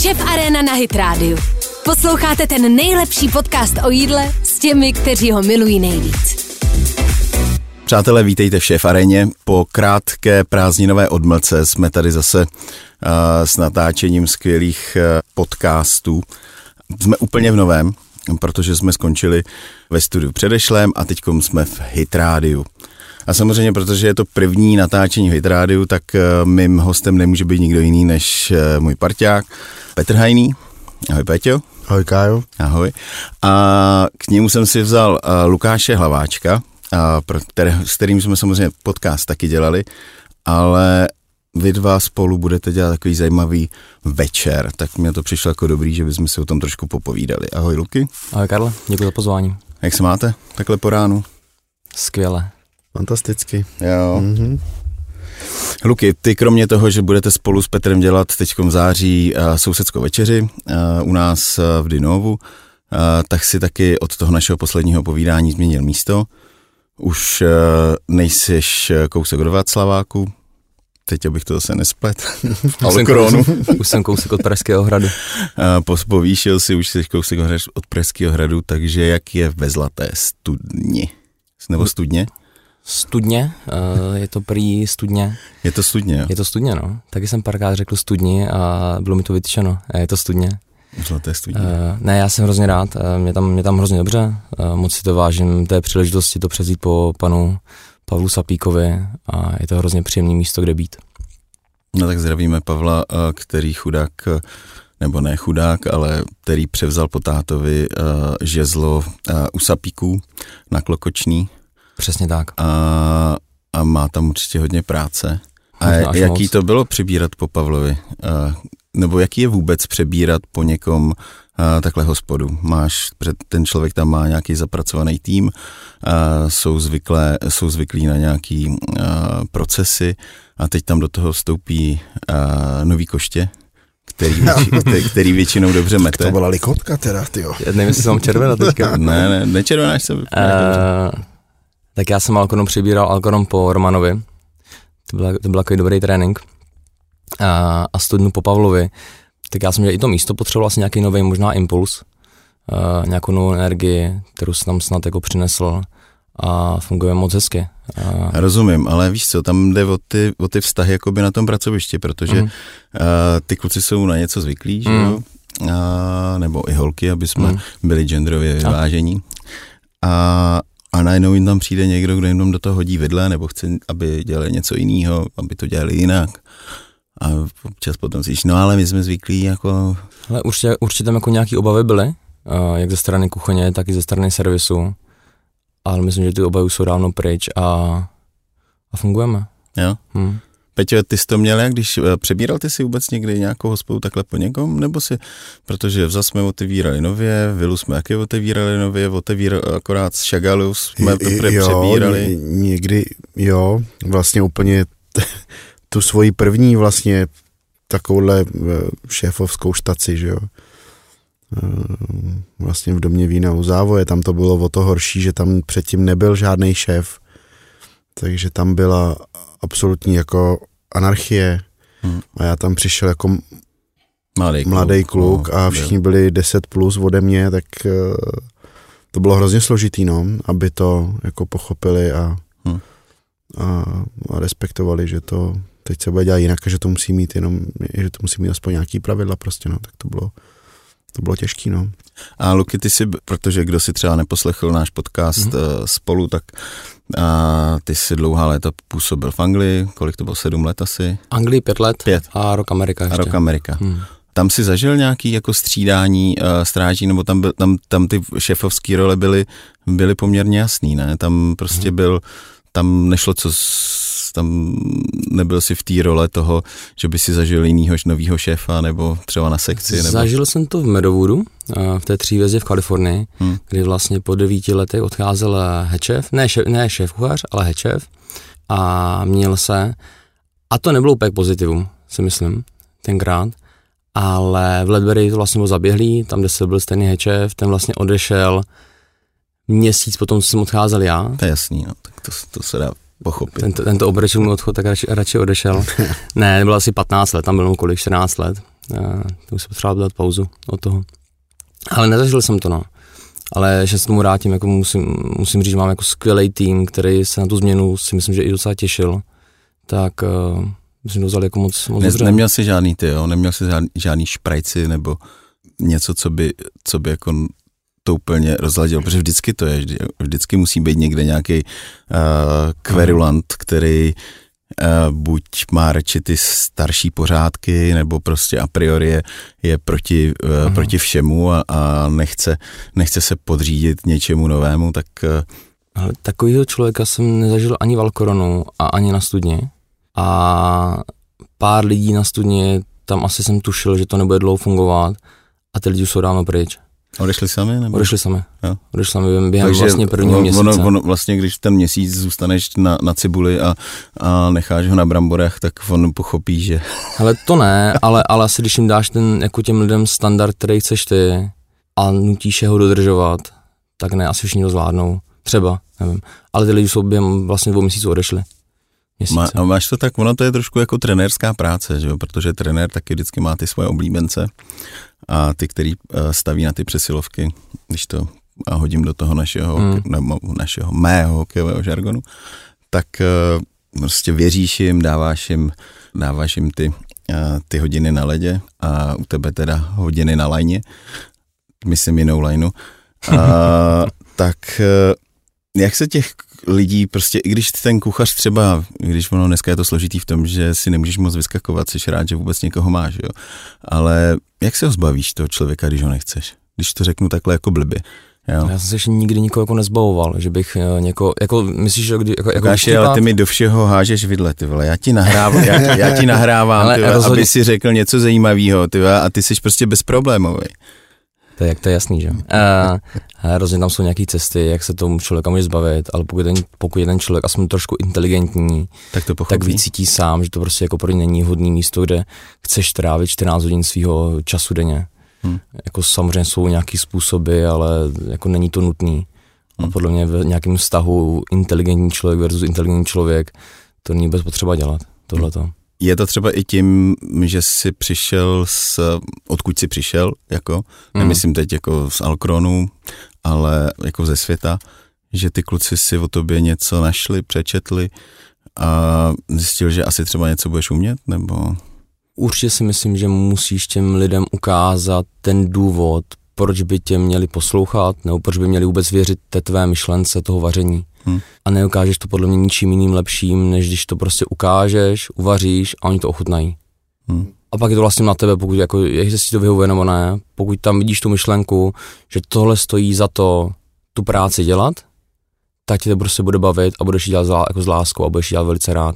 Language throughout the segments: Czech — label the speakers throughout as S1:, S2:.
S1: Šéf Arena na Hit Radio. Posloucháte ten nejlepší podcast o jídle s těmi, kteří ho milují nejvíc.
S2: Přátelé, vítejte v Šéf Aréně. Po krátké prázdninové odmlce jsme tady zase s natáčením skvělých podcastů. Jsme úplně v novém, protože jsme skončili ve studiu předešlém a teďkom jsme v Hit Rádiu. A samozřejmě, protože je to první natáčení v Hit Rádiu, tak mým hostem nemůže být nikdo jiný než můj parťák Petr Hajný. Ahoj Péťo.
S3: Ahoj Kájo.
S2: Ahoj. A k němu jsem si vzal Lukáše Hlaváčka, s kterým jsme samozřejmě podcast taky dělali, ale vy dva spolu budete dělat takový zajímavý večer, tak mě to přišlo jako dobrý, že bychom si o tom trošku popovídali. Ahoj Luky.
S4: Ahoj Karle, děkuji za pozvání.
S2: Jak se máte takhle po ránu?
S4: Skvěle.
S3: Fantasticky.
S2: Jo. Mm-hmm. Luky, ty kromě toho, že budete spolu s Petrem dělat teďkom v září sousedskou večeři u nás v Dynovu, tak si taky od toho našeho posledního povídání změnil místo. Už nejsiš kousek od Václaváku, teď abych to zase nesplet.
S4: Už jsem kousek od Pražského hradu.
S2: Povýšil si, už jsi kousek od Pražského hradu, takže jak je ve Zlaté Studni? Nebo Studně?
S4: Studně, je to prý Studně.
S2: Je to Studně, jo?
S4: Je to Studně, no. Taky jsem párkrát řekl Studni a bylo mi to vytyčeno. Je to Studně.
S2: Zlaté Studně.
S4: Ne, já jsem hrozně rád, mě tam hrozně dobře, moc si to vážím, té příležitosti to převzít po panu Pavlu Sapíkovi a je to hrozně příjemné místo, kde být.
S2: No tak zdravíme Pavla, který chudák, nebo ne chudák, ale který převzal po tátovi žezlo u Sapíků na Klokočný.
S4: Přesně tak.
S2: A má tam určitě hodně práce. A jaký to bylo přebírat po Pavlovi? Nebo jaký je vůbec přebírat po někom takhle hospodu? Ten člověk tam má nějaký zapracovaný tým, jsou zvyklí na nějaký procesy a teď tam do toho vstoupí nový koště, který většinou dobře mete.
S3: Tak to byla likotka teda, tyjo.
S4: Já nevím, jestli jsem červená teďka.
S2: Ne, nečervenáš se.
S4: Tak já jsem Alkonom přebíral Alkonom po Romanovi. To byl takový dobrý trénink. A Studnu po Pavlovi. Tak já jsem měl i to místo potřeboval vlastně nějaký nový možná impuls, nějakou novou energii, kterou jsem tam snad jako přinesl a funguje moc hezky.
S2: Rozumím, ale víš co, tam jde o ty vztahy jakoby na tom pracovišti, protože ty kluci jsou na něco zvyklí, že jo? Nebo i holky, aby jsme byli genderově vyvážení. A najednou jim tam přijde někdo, kdo jim do toho hodí vidle, nebo chce, aby dělali něco jiného, aby to dělali jinak. A občas potom si no ale my jsme zvyklí jako...
S4: Ale určitě tam jako nějaký obavy byly, jak ze strany kuchyně, tak i ze strany servisu. Ale myslím, že ty obavy jsou dávno pryč a fungujeme.
S2: Jo? Peťo, ty jsi to měl jak, když přebíral ty si vůbec někdy nějakou hospodu takhle po někom, nebo si, protože vzal jsme otevírali nově, Vilu jsme taky otevírali nově, akorát z Šagalu jsme to přebírali.
S3: Někdy, jo, vlastně úplně tu svoji první vlastně takovouhle šéfovskou štaci, že jo. Vlastně v Domě vína u Závoje, tam to bylo o to horší, že tam předtím nebyl žádný šéf, takže tam byla absolutní jako anarchie a já tam přišel jako mladý kluk a všichni byli 10+ ode mě, tak to bylo hrozně složitý, no, aby to jako pochopili a respektovali, že to teď se bude dělat jinak a že to musí mít že to musí mít aspoň nějaký pravidla prostě, no, tak to bylo těžký, no.
S2: A Luky, ty si, protože kdo si třeba neposlechl náš podcast spolu, tak ty si dlouhá léta působil v Anglii, kolik to bylo, 7 let asi?
S4: Anglii 5 let 5. A rok Amerika ještě.
S2: A rok Amerika. Tam si zažil nějaký jako střídání stráží, nebo tam ty šéfovské role byly poměrně jasný, ne? Tam prostě tam nešlo tam nebyl si v té role toho, že by si zažil jinýho novýho šéfa, nebo třeba na sekci? Nebo...
S4: Zažil jsem to v Meadowoodu, v té 3 hvězdě v Kalifornii, kdy vlastně po 9 letech odcházel headchef, ne šéf kuchař, ale headchef a měl se, a to nebylo úplně pozitivum, si myslím, tenkrát, ale v Ledbury to vlastně bylo zaběhlý, tam, kde se byl stejný headchef, ten vlastně odešel měsíc potom, co jsem odcházel já.
S2: To je jasný, no, tak to se dá pochopit.
S4: Tento obrečil můj odchod, tak radši odešel. Ne, bylo asi 15 let, tam bylo kolik, 14 let. To už se potřeba dát pauzu od toho. Ale nezažil jsem to, no. Ale že se tomu vrátím, jako musím říct, že mám jako skvělý tým, který se na tu změnu si myslím, že i docela těšil. Tak myslím, že to vzali jako moc dobře.
S2: Neměl jsi žádný neměl jsi žádný šprajci nebo něco, co by jako to úplně rozladil, protože vždycky to je, vždycky musí být někde nějaký kverulant, který buď má radši ty starší pořádky, nebo prostě a priori je proti všemu a nechce se podřídit něčemu novému, tak...
S4: Ale takovýho člověka jsem nezažil ani v Alcoronu a ani na studni. A pár lidí na studni, tam asi jsem tušil, že to nebude dlouho fungovat a ty lidi už jsou dávno pryč.
S2: Odešli sami? Nebo?
S4: Odešli sami.
S2: Jo.
S4: Odešli sami během
S2: takže
S4: vlastně prvního měsíce.
S2: Ono vlastně, když ten měsíc zůstaneš na cibuli a necháš ho na bramborech, tak on pochopí, že...
S4: Ale to ne, ale asi když jim dáš jako těm lidem standard, který chceš ty a nutíš je ho dodržovat, tak ne, asi všichni to zvládnou. Třeba, nevím. Ale ty lidi jsou během vlastně 2 měsíců odešli.
S2: Máš to tak, ono to je trošku jako trenérská práce, že jo? Protože trenér taky vždycky má ty svoje oblíbence a ty, který staví na ty přesilovky, když to hodím do toho mého hokejového žargonu, tak prostě věříš jim, dáváš jim ty hodiny na ledě a u tebe teda hodiny na lajně, myslím jinou lajnu, tak jak se těch lidí prostě, i když ten kuchař třeba, když ono dneska je to složitý v tom, že si nemůžeš moc vyskakovat, jsi rád, že vůbec někoho máš, jo, ale jak se ho zbavíš toho člověka, když ho nechceš? Když to řeknu takhle jako blbě. Jo.
S4: Já jsem se ještě nikdy nikoho jako nezbavoval, že bych někoho, jako myslíš, že jako
S2: Káši, ale ty mi do všeho hážeš vidle, ty vole, já ti nahrávám, ty vole, aby si řekl něco zajímavého, ty vole, a ty jsi prostě bezproblémový.
S4: To je jasný, že? Hrozně tam jsou nějaké cesty, jak se tomu člověka může zbavit, ale pokud je ten člověk aspoň trošku inteligentní, tak vycítí sám, že to prostě jako pro ně není hodný místo, kde chceš trávit 14 hodin svého času denně. Jako samozřejmě jsou nějaký způsoby, ale jako není to nutný. A podle mě v nějakém vztahu inteligentní člověk versus inteligentní člověk, to není vůbec potřeba dělat, tohleto.
S2: Je to třeba i tím, že jsi přišel odkud jsi přišel, jako, nemyslím teď jako z Alcoronu, ale jako ze světa, že ty kluci si o tobě něco našli, přečetli a zjistil, že asi třeba něco budeš umět, nebo...
S4: Určitě si myslím, že musíš těm lidem ukázat ten důvod, proč by tě měli poslouchat, nebo proč by měli vůbec věřit té tvé myšlence toho vaření. A neukážeš to podle mě ničím jiným lepším, než když to prostě ukážeš, uvaříš a oni to ochutnají. A pak je to vlastně na tebe, pokud jako, jestli si to vyhovuje nebo ne, pokud tam vidíš tu myšlenku, že tohle stojí za to tu práci dělat, tak ti to prostě bude bavit a budeš ji dělat jako s láskou a budeš ji dělat velice rád.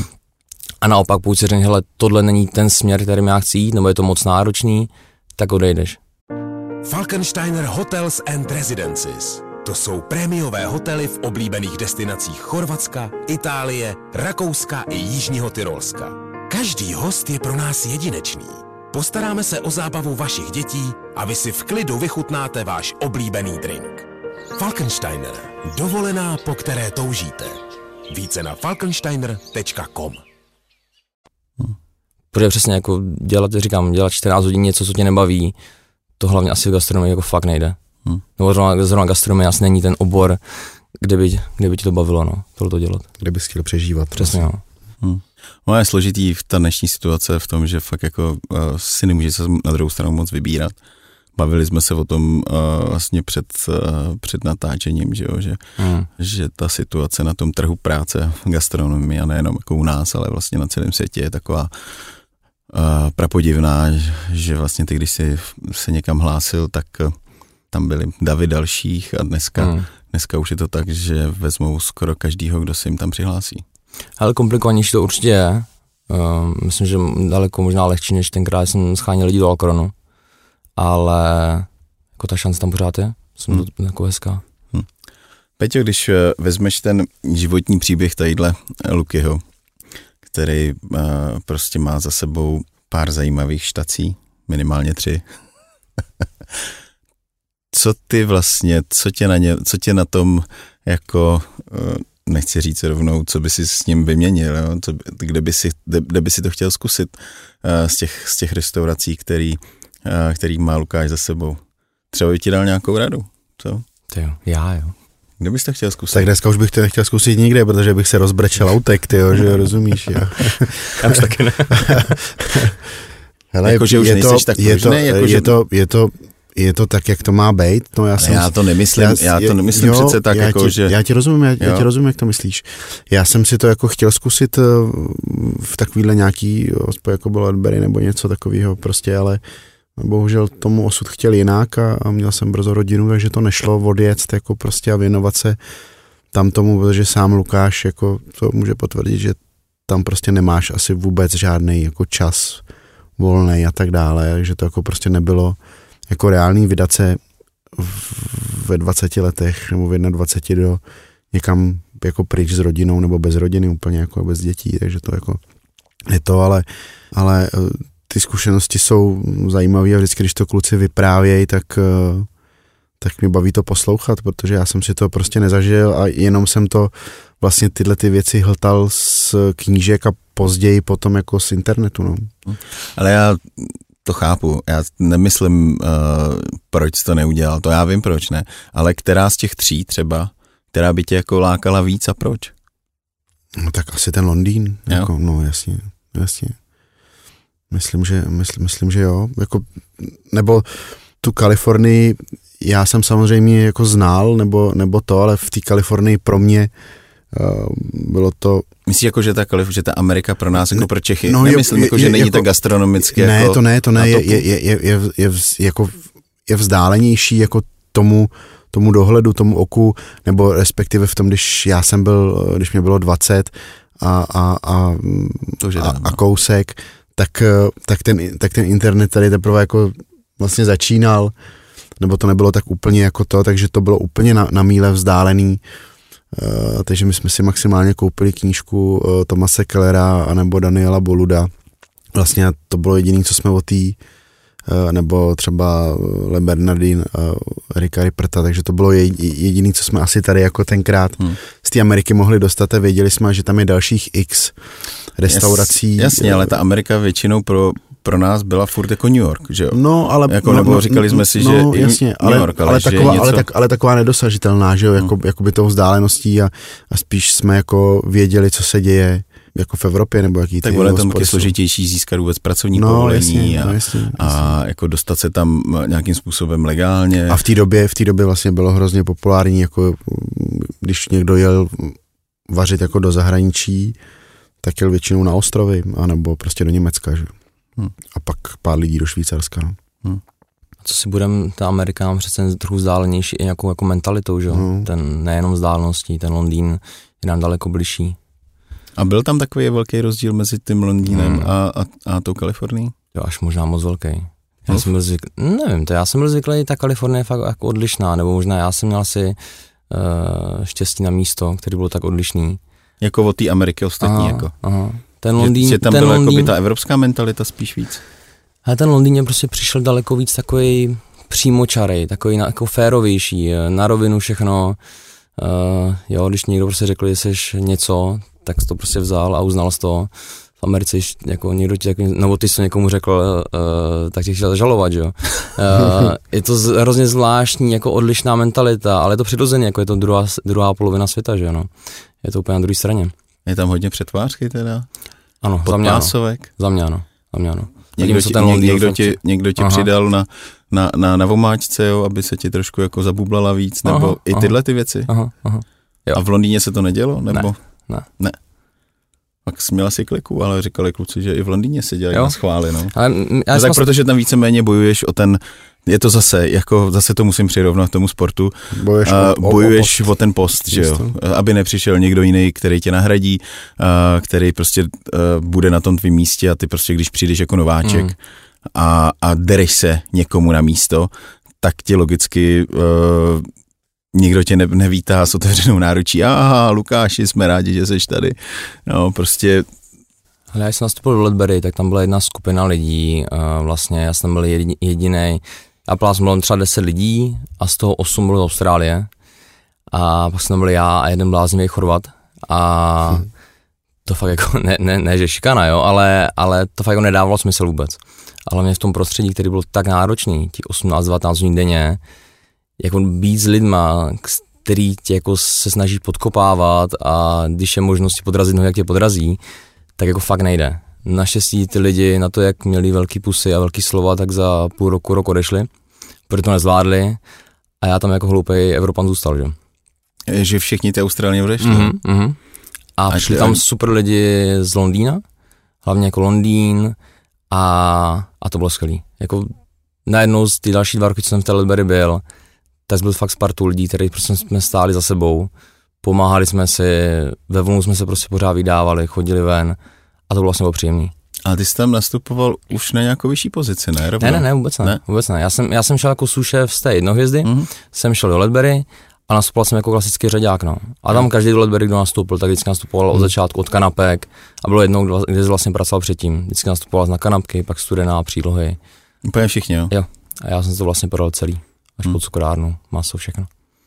S4: A naopak, pokud si řekneš, hele, tohle není ten směr, kterým já chci jít, nebo je to moc náročný, tak odejdeš.
S5: Falkensteiner Hotels and Residences. To jsou prémiové hotely v oblíbených destinacích Chorvatska, Itálie, Rakouska i Jižního Tyrolska. Každý host je pro nás jedinečný. Postaráme se o zábavu vašich dětí a vy si v klidu vychutnáte váš oblíbený drink. Falkensteiner. Dovolená, po které toužíte. Více na falkensteiner.com.
S4: Protože přesně jako dělat 14 hodin něco, co tě nebaví, to hlavně asi v gastronomii jako fakt nejde. Nebo zrovna gastronomie asi není ten obor, kde by ti to bavilo, no, tohle to dělat.
S3: Kde bys chtěl přežívat.
S4: Přesně, no.
S2: No je složitý v ta dnešní situace v tom, že fakt jako si nemůže se na druhou stranu moc vybírat. Bavili jsme se o tom vlastně před natáčením, že ta situace na tom trhu práce v gastronomii a nejenom jako u nás, ale vlastně na celém světě je taková prapodivná, že vlastně ty, když jsi se někam hlásil, tak tam byly davy dalších a dneska už je to tak, že vezmou skoro každýho, kdo se jim tam přihlásí.
S4: Ale komplikovanější to určitě je. Myslím, že daleko možná lehčí, než tenkrát jsem scháněl lidi do Alcoronu. Ale jako ta šance tam pořád je. Jsem to jako hezká.
S2: Peťo, když vezmeš ten životní příběh tadyhle Lukyho, který prostě má za sebou pár zajímavých štací, minimálně 3. Co tě na tom jako nechci říct rovnou, co by si s ním vyměnil, jo? Kde by si to chtěl zkusit z těch restaurací, který má Lukáš za sebou. Třeba by ti dal nějakou radu, co?
S4: Já jo.
S2: Kde bys to chtěl zkusit?
S3: Tak dneska už bych to nechtěl zkusit nikde, protože bych se rozbrečel autek, tyjo, že rozumíš, jo.
S4: Já už taky ne.
S2: Hele, jako, že už nejseš tak pružnej?
S3: Je to tak, jak to má být. No,
S2: já to nemyslím přece tak,
S3: Já ti rozumím, jak to myslíš. Já jsem si to jako chtěl zkusit v takovýhle nějaký hospodě, jako bylo Adberry nebo něco takového prostě, ale bohužel tomu osud chtěl jinak a měl jsem brzo rodinu, takže to nešlo odjet jako prostě a věnovat se tam tomu, protože sám Lukáš jako to může potvrdit, že tam prostě nemáš asi vůbec žádný jako čas volnej a tak dále, takže to jako prostě nebylo jako reálný vydat se ve 20 letech nebo v 21 do někam jako pryč s rodinou nebo bez rodiny, úplně jako bez dětí, takže to jako je to, ale ty zkušenosti jsou zajímavé a vždycky, když to kluci vyprávějí, tak mě baví to poslouchat, protože já jsem si to prostě nezažil a jenom jsem to vlastně tyhle ty věci hltal z knížek a později potom jako z internetu, no.
S2: Ale já to chápu, já nemyslím, proč jsi to neudělal, to já vím proč ne, ale která z těch 3 třeba, která by tě jako lákala víc a proč?
S3: No tak asi ten Londýn, jako, no jasně. Myslím, že jo, jako, nebo tu Kalifornii já jsem samozřejmě jako znal, nebo to, ale v té Kalifornii pro mě bylo to...
S2: Myslíš jako, že ta Amerika pro nás, jako pro Čechy, nemyslím, jako, že není jako, tak gastronomicky
S3: ne,
S2: jako...
S3: To ne, je vzdálenější jako tomu dohledu, tomu oku, nebo respektive v tom, když mě bylo 20 a kousek, tak ten internet tady teprve jako vlastně začínal, nebo to nebylo tak úplně jako to, takže to bylo úplně na míle vzdálený. Takže my jsme si maximálně koupili knížku Thomase Kellera anebo Daniela Boluda. Vlastně to bylo jediné, co jsme nebo třeba Le Bernardin Erika Ripperta, takže to bylo jediné, co jsme asi tady jako tenkrát z té Ameriky mohli dostat a věděli jsme, že tam je dalších x restaurací.
S2: Jasně, ale ta Amerika většinou pro nás byla furt jako New York, že jo?
S3: No, ale...
S2: Jako, nebo říkali jsme si, že
S3: jasně,
S2: New York,
S3: ale taková nedosažitelná, že jo? Jako by tou vzdáleností a spíš jsme jako věděli, co se děje jako v Evropě, nebo jaký
S2: tak bude tam taky složitější získat vůbec pracovní povolení a jako dostat se tam nějakým způsobem legálně.
S3: A v té době vlastně bylo hrozně populární, jako když někdo jel vařit jako do zahraničí, tak jel většinou na ostrovy, anebo prostě do Německa, že? A pak pár lidí do Švýcarska, no.
S4: Co si budem, ta Amerika nám přece trochu vzdálenější i nějakou jako mentalitou, že? Ten nejenom vzdáleností, ten Londýn je nám daleko bližší.
S2: A byl tam takový velký rozdíl mezi tím Londýnem a tou Kalifornií?
S4: Jo, až možná moc velký. Já jsem byl zvyklý, ta Kalifornie je fakt jako odlišná, nebo možná já jsem měl asi štěstí na místo, který bylo tak odlišný. Jako
S2: od té Ameriky ostatní, jako.
S4: Aha. Ten Londýn,
S2: že tam byla jako by ta evropská mentalita spíš víc.
S4: Ale ten Londýn mě prostě přišel daleko víc takový přímočarej, takový jako férovější, na rovinu všechno. Jo, když někdo prostě řekl, že jsi něco, tak jsi to prostě vzal a uznal z toho. V Americe, jako někdo ti nebo ty jsi to někomu řekl, tak tě chtěl žalovat, že jo. Je to hrozně zvláštní, jako odlišná mentalita, ale je to přirozeně, jako je to druhá polovina světa, že jo, no. Je to úplně na druhé straně.
S2: Je tam hodně přetvářky teda?
S4: Ano, za mě ano.
S2: Někdo ti přidal na vomáčce, jo, aby se ti trošku jako zabublala víc, nebo i tyhle ty věci?
S4: Aha. Jo.
S2: A v Londýně se to nedělo? Nebo?
S4: Ne.
S2: Pak jsi měl asi kliku, ale říkali kluci, že i v Londýně se dělají na schvály, no.
S4: Tak
S2: protože tam víceméně bojuješ o ten, je to zase to musím přirovnat tomu sportu, bojuješ o ten post, že jo, aby nepřišel někdo jiný, který tě nahradí, který prostě bude na tom tvým místě a ty prostě, když přijdeš jako nováček a dereš se někomu na místo, tak ti logicky nikdo tě nevítá s otevřenou náručí. Aha, Lukáši, jsme rádi, že seš tady. No, prostě...
S4: Ale já jsem nastoupil do Ledbury, tak tam byla jedna skupina lidí, vlastně já jsem byl jedinej. Já jsem byl třeba 10 lidí a z toho 8 bylo z Austrálie. A pak jsem byl já a jeden bláznivý Chorvat, A to fakt jako, ne že šikana, jo, ale to fakt jako nedávalo smysl vůbec. Ale mě v tom prostředí, který byl tak náročný, těch 18-19 hodin denně, jako být s lidma, který tě jako se snaží podkopávat a když je možnost tě podrazit, no jak tě podrazí, tak jako fakt nejde. Naštěstí ty lidi na to, jak měli velký pusy a velký slova, tak za půl rok odešli, protože to nezvládli a já tam jako hloupej Evropan zůstal, že?
S2: Že všichni ty Australani odešli?
S4: A přišli tam super lidi z Londýna, hlavně jako Londýn a to bylo skvělý. Jako najednou z ty další 2 roky, co jsem v té Ledbury byl, tak byl fakt Spartu lidí, který prostě jsme stáli za sebou, pomáhali jsme si, ve volnu jsme se prostě pořád vydávali, chodili ven a to bylo vlastně příjemný.
S2: A ty jsi tam nastupoval už na nějakou vyšší pozici, ne?
S4: Ne, vůbec ne. Já jsem šel jako sous-šéf z té jednohvězdy, jsem šel do Ledbury a nastupoval jsem jako klasický řadák, no. A tam každý do Ledbury, kdo nastoupil, tak vždycky nastupoval od začátku, od kanapek a bylo jednou, kde jsi vlastně pracoval předtím. Vždycky nastupoval na kanapky, pak studená, přílohy.
S2: Úplně všichni, jo?
S4: Jo. A já jsem to vlastně podal celý, až po cukrárnu, maso, všechno.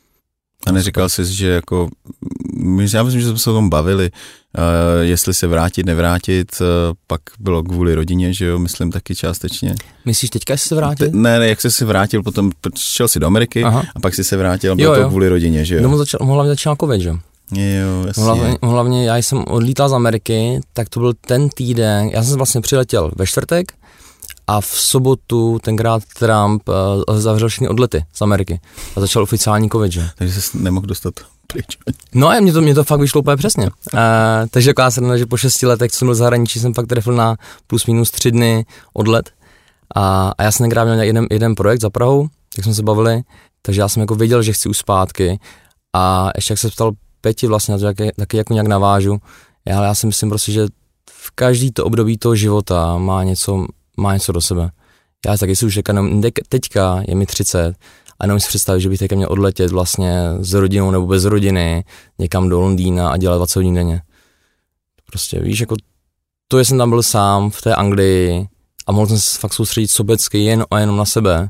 S2: A neříkal jsi, že jako, já myslím, že jsme se o tom bavili, jestli se vrátit, nevrátit, pak bylo kvůli rodině, že jo, myslím taky částečně.
S4: Myslíš teďka, jestli se vrátil?
S2: Ne, jak jsi se vrátil, potom šel si do Ameriky a pak si se vrátil, bylo to kvůli rodině, že jo?
S4: No, hlavně začal covid, že jo?
S2: Jo, jasně.
S4: Hlavně já jsem odlítal z Ameriky, tak to byl ten týden, já jsem vlastně přiletěl ve čtvrtek, a v sobotu tenkrát Trump zavřel všechny odlety z Ameriky a začal oficiální covid, že?
S2: Takže jsi nemohl dostat pryč.
S4: No a mě to fakt vyšlo úplně přesně. Takže taková sranda, že po 6 letech, co jsem byl v zahraničí, jsem fakt trefil na plus minus 3 dny odlet. A já jsem tenkrát měl jeden projekt za Prahou, jak jsme se bavili, takže já jsem jako věděl, že chci už zpátky. A ještě jak se ptal Peti vlastně na to, taky jako nějak navážu, já si myslím prostě, že v každý to období toho života má něco do sebe. Já taky si už teďka je mi 30 a nemůžu si představit, že bych teďka měl odletět vlastně s rodinou nebo bez rodiny někam do Londýna a dělat 20 hodin denně. Prostě víš, jako to, že jsem tam byl sám v té Anglii a mohl jsem se fakt soustředit sobecky jen a jenom na sebe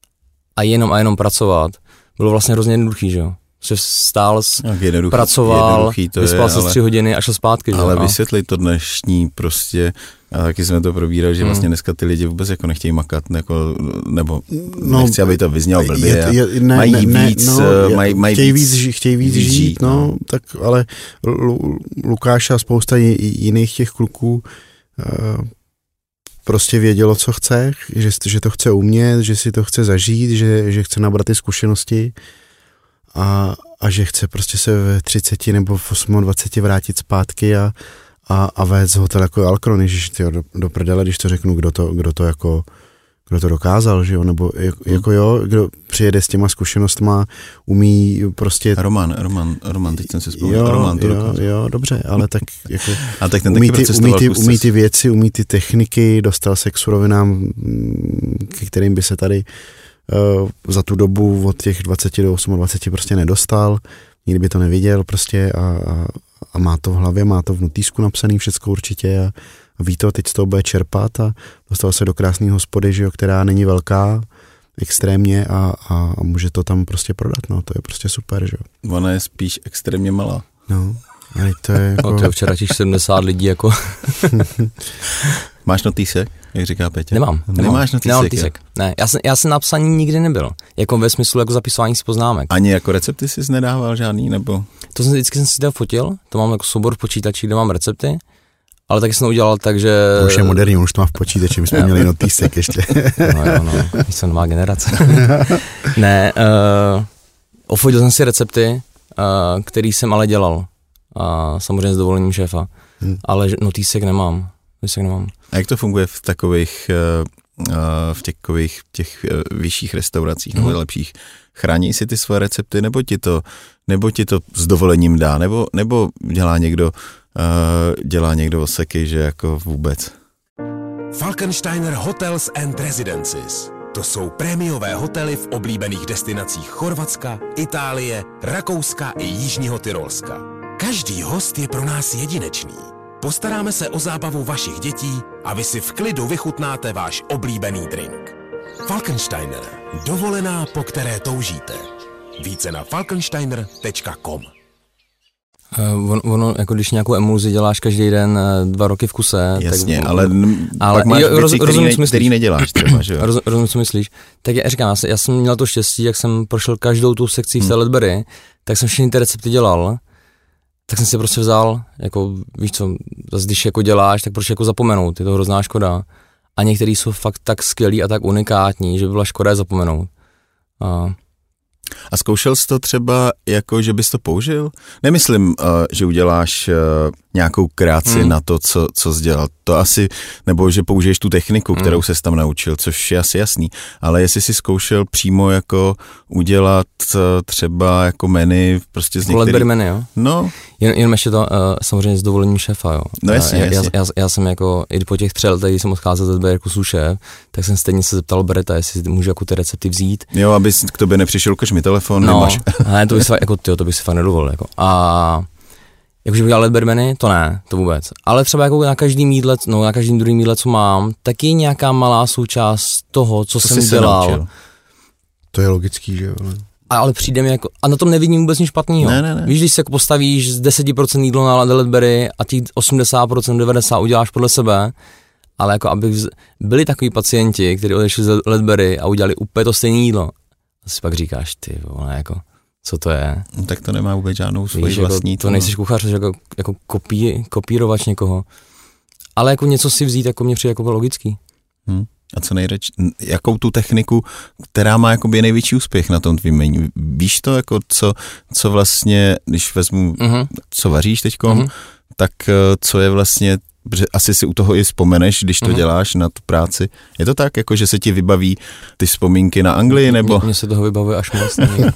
S4: a jenom pracovat, bylo vlastně hrozně jednoduchý, že jo. Že stál, pracoval, vyspal se 3 hodiny a šel zpátky.
S2: Ale vysvětli to dnešní prostě, a taky jsme to probírali, že vlastně dneska ty lidi vůbec jako nechtějí makat, jako, nebo nechci, aby to vyznělo blbě.
S3: Chtějí víc žít, no, tak ale Lukáš a spousta jiných těch kluků prostě vědělo, co chce, že to chce umět, že si to chce zažít, že chce nabrat ty zkušenosti. A že chce prostě se v 30 nebo v 28 vrátit zpátky a vést hotel jako Alcron, ježiš, tyjo, do prdele, když to řeknu, kdo to dokázal, že jo, nebo jako jo, kdo přijede s těma zkušenostma, umí prostě...
S2: Roman, teď jsem si vzpomněl.
S3: Jo, dobře, ale tak jako...
S2: A tak ten
S3: umí ty věci, umí ty techniky, dostal se k surovinám, ke kterým by se tady za tu dobu od těch 20 do 28 prostě nedostal, nikdy by to neviděl prostě a má to v hlavě, má to v notýsku napsaný všecko určitě a ví to, teď z toho bude čerpat a dostal se do krásné hospody, že jo, která není velká extrémně a může to tam prostě prodat, no, to je prostě super, že jo.
S2: Ona je spíš extrémně malá.
S3: No, ale to je jako...
S4: No, to je včera těch 70 lidí jako...
S2: Máš notýsek, jak říká Petě?
S4: Nemám.
S2: Nemáš
S4: notýsek? Ne, já jsem na psaní nikdy nebyl. Jako ve smyslu jako zapisování si poznámek.
S2: Ani jako recepty jsi nedával žádný, nebo?
S4: To jsem si tam fotil, to mám jako soubor v počítači, kde mám recepty, ale taky jsem to udělal tak, že...
S3: To už je moderní, už to má v počítači, my jsme měli notýsek ještě.
S4: No, jsem nová generace. Ne, ofotil jsem si recepty, který jsem ale dělal. A samozřejmě s dovolením šéfa, ale notýsek nemám.
S2: A jak to funguje v takových těch vyšších restauracích nebo lepších? Chrání si ty své recepty, nebo ti to s dovolením dá, nebo dělá někdo oseky, že jako vůbec?
S5: Falkensteiner Hotels and Residences. To jsou prémiové hotely v oblíbených destinacích Chorvatska, Itálie, Rakouska i Jižního Tyrolska. Každý host je pro nás jedinečný. Postaráme se o zábavu vašich dětí a vy si v klidu vychutnáte váš oblíbený drink. Falkensteiner. Dovolená, po které toužíte. Více na falkensteiner.com.
S4: Ono, jako když nějakou emulzi děláš každý den 2 roky v kuse.
S2: Jasně,
S4: tak,
S2: ale pak máš věci, který neděláš třeba, že jo?
S4: Rozumím, co myslíš. Tak já říkám, já jsem měl to štěstí, jak jsem prošel každou tu sekcí v té Ledbury, tak jsem všechny ty recepty dělal, tak jsem si prostě vzal, jako víš co, zase když jako děláš, tak proč jako zapomenout, je to hrozná škoda. A některý jsou fakt tak skvělý a tak unikátní, že by byla škoda je zapomenout.
S2: A zkoušel jsi to třeba jako, že bys to použil? Nemyslím, že uděláš nějakou kreaci na to, co jsi dělal. To asi, nebo že použiješ tu techniku, kterou ses tam naučil, což je asi jasný. Ale jestli jsi zkoušel přímo jako udělat třeba jako menu prostě z některých...
S4: Ledbury menu, jo?
S2: No.
S4: Jenom ještě to samozřejmě s dovolením šéfa, jo.
S2: No jasně.
S4: Já jsem jako, i po těch 3 letech, když jsem odcházel z Ledbury jako sous-šéf, tak jsem stejně se zeptal Bereta, jestli můžu jako ty recepty vzít.
S2: Jo, aby k tobě nepřišel, ukaž mi telefon,
S4: no,
S2: nemáš.
S4: Ne, to bych si fakt nedovolil, jako. A jakože udělal Ledbury menu, to ne, to vůbec. Ale třeba jako na každým jídle, na každým druhým jídle, co mám, tak je nějaká malá součást toho, co jsem dělal.
S3: To je logický, že jo.
S4: Ale přijde mi jako, a na tom nevidím vůbec nic špatného.
S2: Ne.
S4: Víš, když se jako postavíš z 10% jídlo na Ledbury a těch 80%, 90% uděláš podle sebe, ale jako aby byli takový pacienti, kteří odešli z Ledbury a udělali úplně to stejné jídlo. A si pak říkáš, ty vole, jako, co to je?
S2: No, tak to nemá vůbec žádnou svoji vlastní.
S4: To nejsiš kuchař, jako kopírovač někoho. Ale jako něco si vzít, jako mě přijde jako logický.
S2: A co jakou tu techniku, která má jakoby největší úspěch na tom tvým menu? Víš to, jako co vlastně, když vezmu, co vaříš teďkom, tak co je vlastně, protože asi si u toho i vzpomeneš, když to děláš na tu práci. Je to tak, jako že se ti vybaví ty vzpomínky na Anglii, nebo?
S4: Mně se toho vybavuje až moc.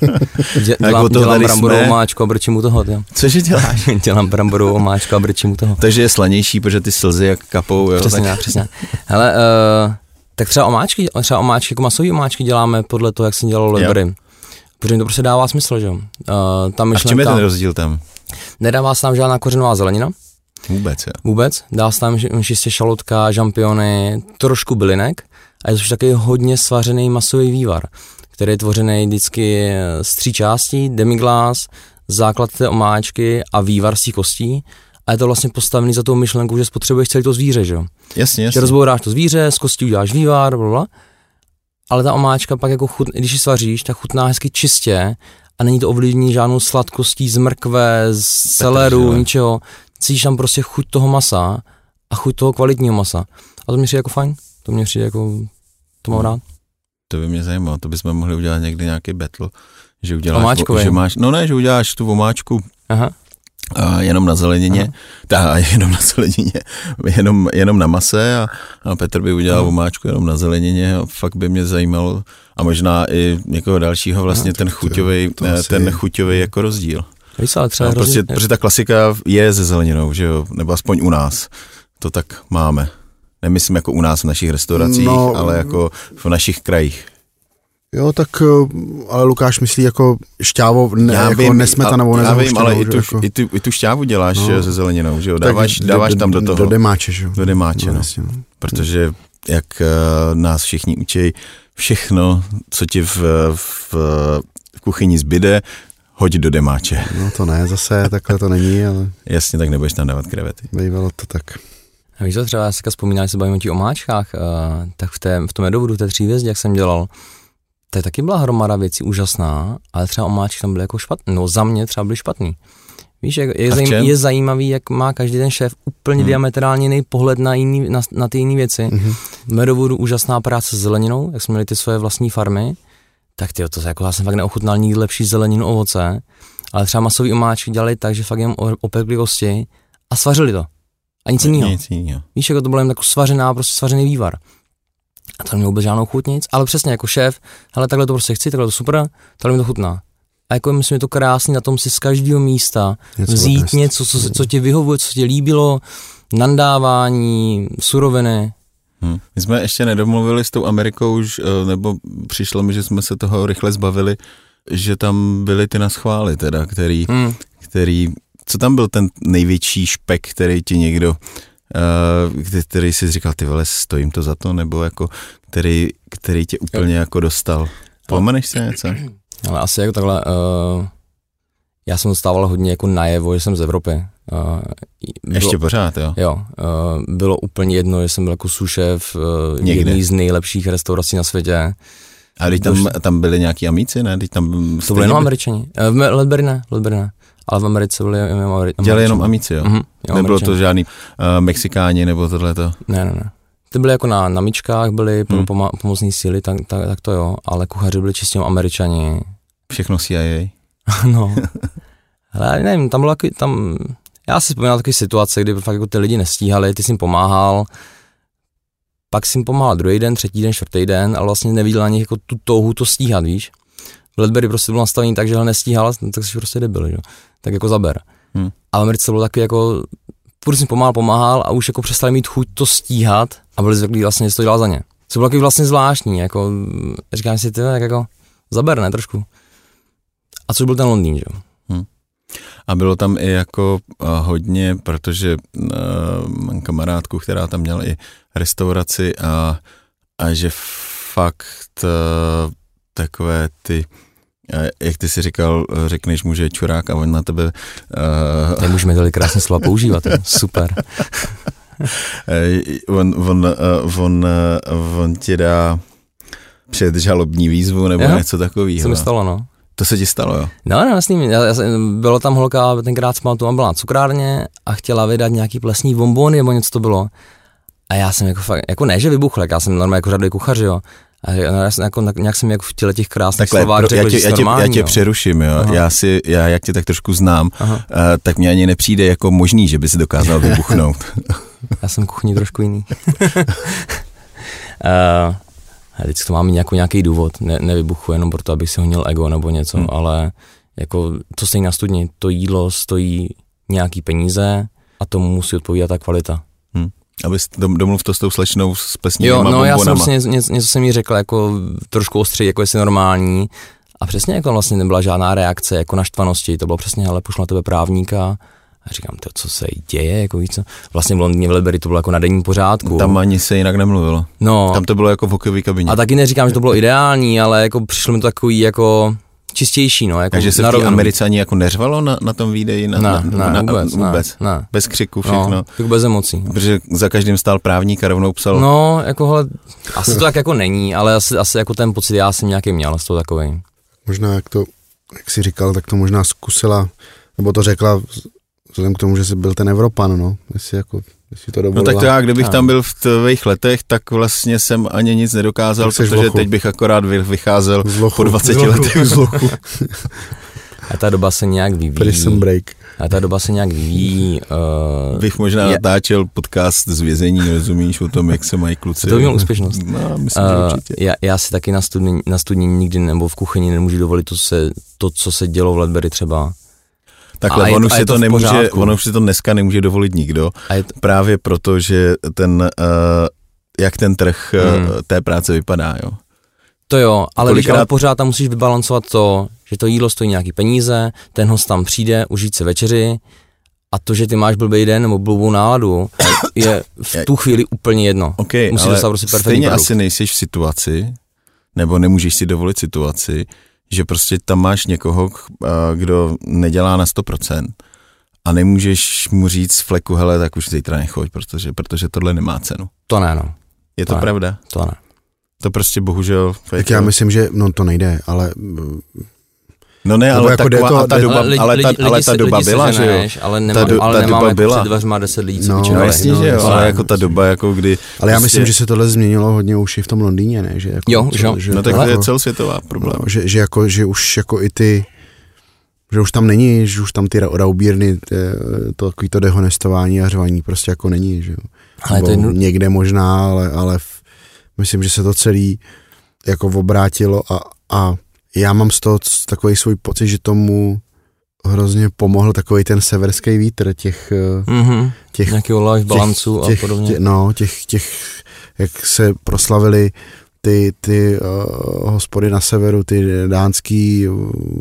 S4: Dělám bramborovou omáčku a brčím u toho. Jo.
S2: Cože děláš?
S4: Dělám bramborovou omáčku a brčím u toho.
S2: Takže je slanější, protože ty slzy jak kapou. Jo?
S4: Přesně. Hele, tak třeba omáčky, jako masové omáčky děláme podle toho, jak jsem dělal Ledbury. Protože mi to prostě dává smysl, že jo.
S2: A v čem je ten rozdíl tam?
S4: Nedává se tam žádná kořenová zelenina.
S2: Vůbec?
S4: Dá se tam čistě šalotka, žampiony, trošku bylinek a je to takový hodně svařený masový vývar, který je tvořený vždycky z 3 částí, demiglas, základ té omáčky a vývar z těch kostí. A je to vlastně postavený za tou myšlenkou, že spotřebuješ celé to zvíře, že jo?
S2: Jasně.
S4: Že rozbouráš to zvíře, z kostí uděláš vývar, blablabla. Ale ta omáčka pak jako když ji svaříš, tak chutná hezky čistě a není to ovlivnění žádnou sladkostí z mrkve, z celeru, ničeho. Cítíš tam prostě chuť toho masa a chuť toho kvalitního masa. A to mě přijde jako fajn, to mě přijde jako, to mám rád.
S2: To by mě zajímalo, to bychom mohli udělat někdy nějaký battle, že uděláš,
S4: omáčkový.
S2: že uděláš tu omáčku.
S4: Aha.
S2: Jenom na zelenině, jenom na mase a Petr by udělal omáčku jenom na zelenině a fakt by mě zajímalo a možná i někoho dalšího vlastně ten chuťový jako rozdíl.
S4: Ale
S2: prostě, protože ta klasika je se zeleninou, že jo, nebo aspoň u nás to tak máme. Nemyslím jako u nás v našich restauracích, ale jako v našich krajích.
S3: Jo, tak, ale Lukáš myslí jako šťávo, jako nesmetanovou,
S2: nezauštěnou. Ale i tu šťávu děláš se zeleninou, že jo, dáváš tam do toho.
S3: Do demáče, že jo.
S2: Do demáče, no. Protože jak nás všichni učí, všechno, co ti v kuchyni zbyde, hoď do demáče.
S3: No to ne, zase takhle to není, ale...
S2: Jasně, tak nebudeš tam dávat krevety.
S3: Bývalo to tak.
S4: A víš co, třeba já si vzpomínal, že se bavím o těch omáčkách, tak v tom Medovodu, v té 3 hvězdě, jak jsem dělal, tak taky byla hromada věcí úžasná, ale třeba omáčky tam byly jako špatný, no za mě třeba byly špatný. Víš, je zajímavý, jak má každý ten šéf úplně diametrálně jiný pohled na ty jiné věci. V Medovodu úžasná práce s zeleninou, jak jsme měli ty svoje vlastní farmy, tak tyjo, to jako já jsem fakt neochutnal nikdy lepší zeleninu, ovoce, ale třeba masový omáčky dělali tak, že fakt jen opekli kosti a svařili to. A nic jiného. Víš, jako to bylo jen tak svařený vývar. A to nemělo vůbec žádnou chuť nic, ale přesně jako šéf, hele, takhle to prostě chci, takhle to super, takhle mi to chutná. A jako myslím, je to krásný na tom si z každého místa vzít něco, co ti vyhovuje, co ti líbilo, nandávání, suroviny.
S2: My jsme ještě nedomluvili s tou Amerikou už, nebo přišlo mi, že jsme se toho rychle zbavili, že tam byly ty naschvály teda, který, co tam byl ten největší špek, který ti někdo, který si říkal, ty vole, stojím to za to, nebo jako, který tě úplně jako dostal. Pomeneš si něco?
S4: Ale asi jako takhle, já jsem dostával hodně jako najevo, že jsem z Evropy.
S2: Ještě pořád, jo?
S4: Jo, bylo úplně jedno, že jsem byl jako sušef jedný z nejlepších restaurací na světě.
S2: A teď tam byli nějaký Amici, ne?
S4: To byli jenom Američani. V Ledbury ne. Ale v Americe byli jenom Američani.
S2: Dělali jenom Amici, jo? Nebylo to žádný Mexikáni nebo tohleto?
S4: Ne. Ty byly jako na myčkách, byly pomocní síly, tak to jo, ale kuchaři byli čistě Američani.
S2: Všechno CIA?
S4: No. Ale nevím, tam bylo já si vzpomínal takové situace, kdy fakt jako ty lidi nestíhali, ty jsi jim pomáhal, pak jsi jim pomáhal druhý den, třetí den, čtvrtý den, ale vlastně neviděl ani jako tu touhu to stíhat, víš. V Ledbury prostě byl nastavený tak, že ho nestíhal, tak jsi prostě debil, že? Tak jako zaber. A v Americe bylo taky jako, furt jsem pomáhal a už jako přestali mít chuť to stíhat a byli zvyklí vlastně, že to dělal za ně. To bylo taky vlastně zvláštní, jako říkám si, ty tak jako zaber, ne, trošku. A což byl ten Londýn, že jo.
S2: A bylo tam i jako hodně, protože mám kamarádku, která tam měla i restauraci a že fakt takové ty, jak ty si říkal, řekneš mu, že je čurák a on na tebe...
S4: Nemůžeme tady krásně slova používat, super.
S2: On ti dá předžalobní výzvu nebo něco takového.
S4: Co mi stalo, no.
S2: To se ti stalo, jo?
S4: No, jasný, bylo tam holka, tenkrát jsme tu byla na cukrárně a chtěla vydat nějaký plesní bonbony nebo něco to bylo. A já jsem jako fakt, jako ne, že vybuchl, já jsem normálně jako řadový kuchař, jo. A já jsem jako, nějak jsem jako v těch krásných slovách řekl, že jsi normální,
S2: já tě přeruším, jo. Já jak tě tak trošku znám, tak mě ani nepřijde jako možný, že by si dokázal vybuchnout.
S4: Já jsem kuchní trošku jiný. Vždycky to máme nějaký důvod, nevybuchu jenom proto, abych si honil ego nebo něco, ale jako to stejně na studni, to jídlo stojí nějaký peníze a tomu musí odpovídat ta kvalita.
S2: Abys domluv to s tou slečnou s plesníma
S4: bombonama.
S2: Jo,
S4: já jsem něco jsem jí řekl jako trošku ostřeji, jako jestli normální a přesně jako vlastně nebyla žádná reakce jako naštvanosti, to bylo přesně, ale pošlu na tebe právníka. A říkám, to, co se děje, jako víc co? Vlastně v Londýně v Ledbury to bylo jako na denním pořádku.
S2: Tam ani se jinak nemluvilo.
S4: No.
S2: Tam to bylo jako v hokejové kabině.
S4: A taky neříkám, že to bylo ideální, ale jako přišlo mi to takový jako čistější, no. Jako
S2: takže se v té Americe ani jako neřvalo na tom výdeji? Vůbec.
S4: Ne.
S2: Bez křiku, všechno.
S4: No, jako bez emocí.
S2: Protože za každým stál právník a rovnou psal.
S4: No, jako hele, asi to tak jako není, ale asi jako ten pocit já jsem nějaký měl z toho takovej.
S3: Možná jak jsi říkal, tak to možná zkusila, nebo to řekla vzhledem k tomu, že jsi byl ten Evropan, no, jestli to dovolila.
S2: No tak to já, kdybych tam byl v tvých letech, tak vlastně jsem ani nic nedokázal, protože teď bych akorát vycházel po 20 letech z lochu.
S4: A ta doba se nějak vyvíjí.
S3: Prison break.
S2: Bych možná natáčel podcast z vězení, rozumíš, o tom, jak se mají kluci.
S4: To měl úspěšnost.
S2: No, myslím, že určitě.
S4: Já si taky na studni nikdy nebo v kuchyni nemůžu dovolit to, co se dělo v Ledbury třeba.
S2: Takhle, on už si to dneska nemůže dovolit nikdo, právě proto, že jak ten trh té práce vypadá, jo.
S4: To jo, ale pořád tam musíš vybalancovat to, že to jídlo stojí nějaký peníze, ten host tam přijde, užít si večeři a to, že ty máš blbý den nebo blbou náladu, je v tu chvíli úplně jedno.
S2: Okay, musíš dostat prostě perfektní stejně produkt. Asi nejsiš v situaci, nebo nemůžeš si dovolit situaci, že prostě tam máš někoho, kdo nedělá na 100% a nemůžeš mu říct fleku, hele, tak už zítra nechoď, protože tohle nemá cenu.
S4: To ne, no.
S2: Je to pravda?
S4: To ne.
S2: To prostě bohužel...
S3: Tak já myslím, že to nejde, ale...
S2: No ne, ale jako ta doba byla, že jo?
S4: Ale nemáme jako před dveřma 10 lidí, co
S2: no jasně, že jo, ale jako ta doba, jako kdy...
S3: Ale já myslím, že se tohle změnilo hodně už i v tom Londýně, ne? Že jako,
S4: jo.
S2: No tak to je celosvětová problém.
S3: Že už jako i ty... Že už tam není, že už tam ty raubírny, to takový to dehonestování a řvaní prostě jako není, že jo. Ale to někde možná, ale myslím, že se to celý jako obrátilo a já mám z toho takový svůj pocit, že tomu hrozně pomohl takový ten severský vítr těch
S4: nějakého life balancu a podobně.
S3: Těch, jak se proslavili ty hospody na severu, ty dánský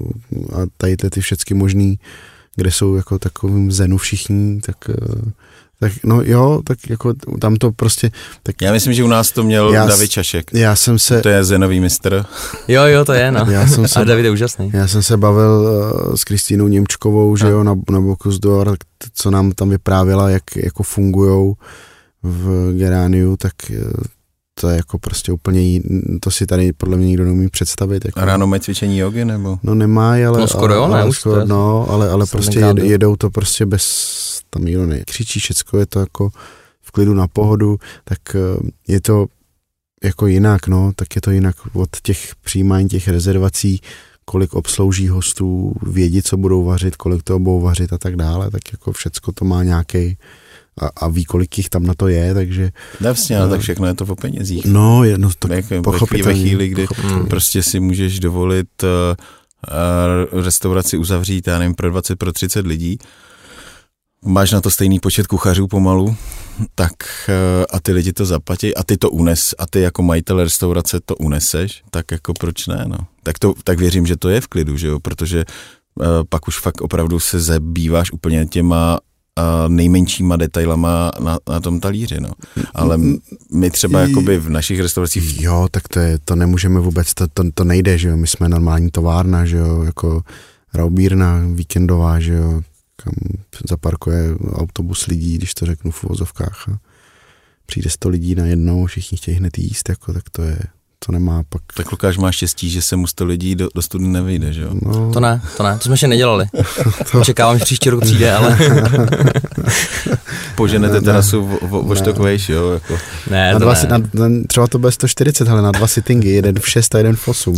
S3: a tady ty všechny možný, kde jsou jako takovým zenu všichni, tak Tak no jo, tak jako tam to prostě... Tak
S2: já myslím, že u nás to měl David Čašek. To je Zenový mistr.
S4: Jo, to je, no. A David je úžasný.
S3: Já jsem se bavil s Kristýnou Němčkovou, že jo, na Bocuse d'Or, co nám tam vyprávěla, jak jako fungujou v Gerániu, tak to je jako prostě úplně to si tady podle mě nikdo neumí představit. Jako.
S2: A ráno mají cvičení jogy, nebo?
S3: No nemají, ale...
S4: No skoro jo, ne?
S3: Ale prostě jedou to prostě bez... Tam nikdo nekřičí, všecko je to jako v klidu na pohodu, tak je to jako jinak, no, tak je to jinak od těch přijímání těch rezervací, kolik obslouží hostů, vědí, co budou vařit, kolik to budou vařit a tak dále, tak jako všecko to má nějaký a ví, kolik jich tam na to je, takže...
S2: Vlastně, ale tak všechno je to o penězích.
S3: No, to pochopitelně.
S2: Ve chvíli, kdy prostě si můžeš dovolit restauraci uzavřít, já nevím, pro 20, pro 30 lidí, máš na to stejný počet kuchařů pomalu, tak a ty lidi to zaplatí a ty to a ty jako majitel restaurace to uneseš, tak jako proč ne, no. Tak věřím, že to je v klidu, že jo, protože pak už fakt opravdu se zabýváš úplně těma nejmenšíma detailama na tom talíři, no. Ale my třeba jakoby v našich restauracích...
S3: Jo, tak to nemůžeme vůbec, to nejde, že jo, my jsme normální továrna, že jo, jako raubírna víkendová, že jo, kam zaparkuje autobus lidí, když to řeknu v uvozovkách a přijde 100 lidí najednou, všichni chtějí hned jíst, jako, tak to nemá pak...
S2: Tak Lukáš má štěstí, že se mu 100 lidí do study nevyjde, že jo?
S4: No. To ne, to jsme ještě nedělali. Očekávám, že příští rok přijde, ale...
S2: Poženete terasu o štok vejš, jo? Jako.
S4: Ne,
S3: třeba to bude 140, ale na 2 sittingy, jeden v 6 a jeden v 8.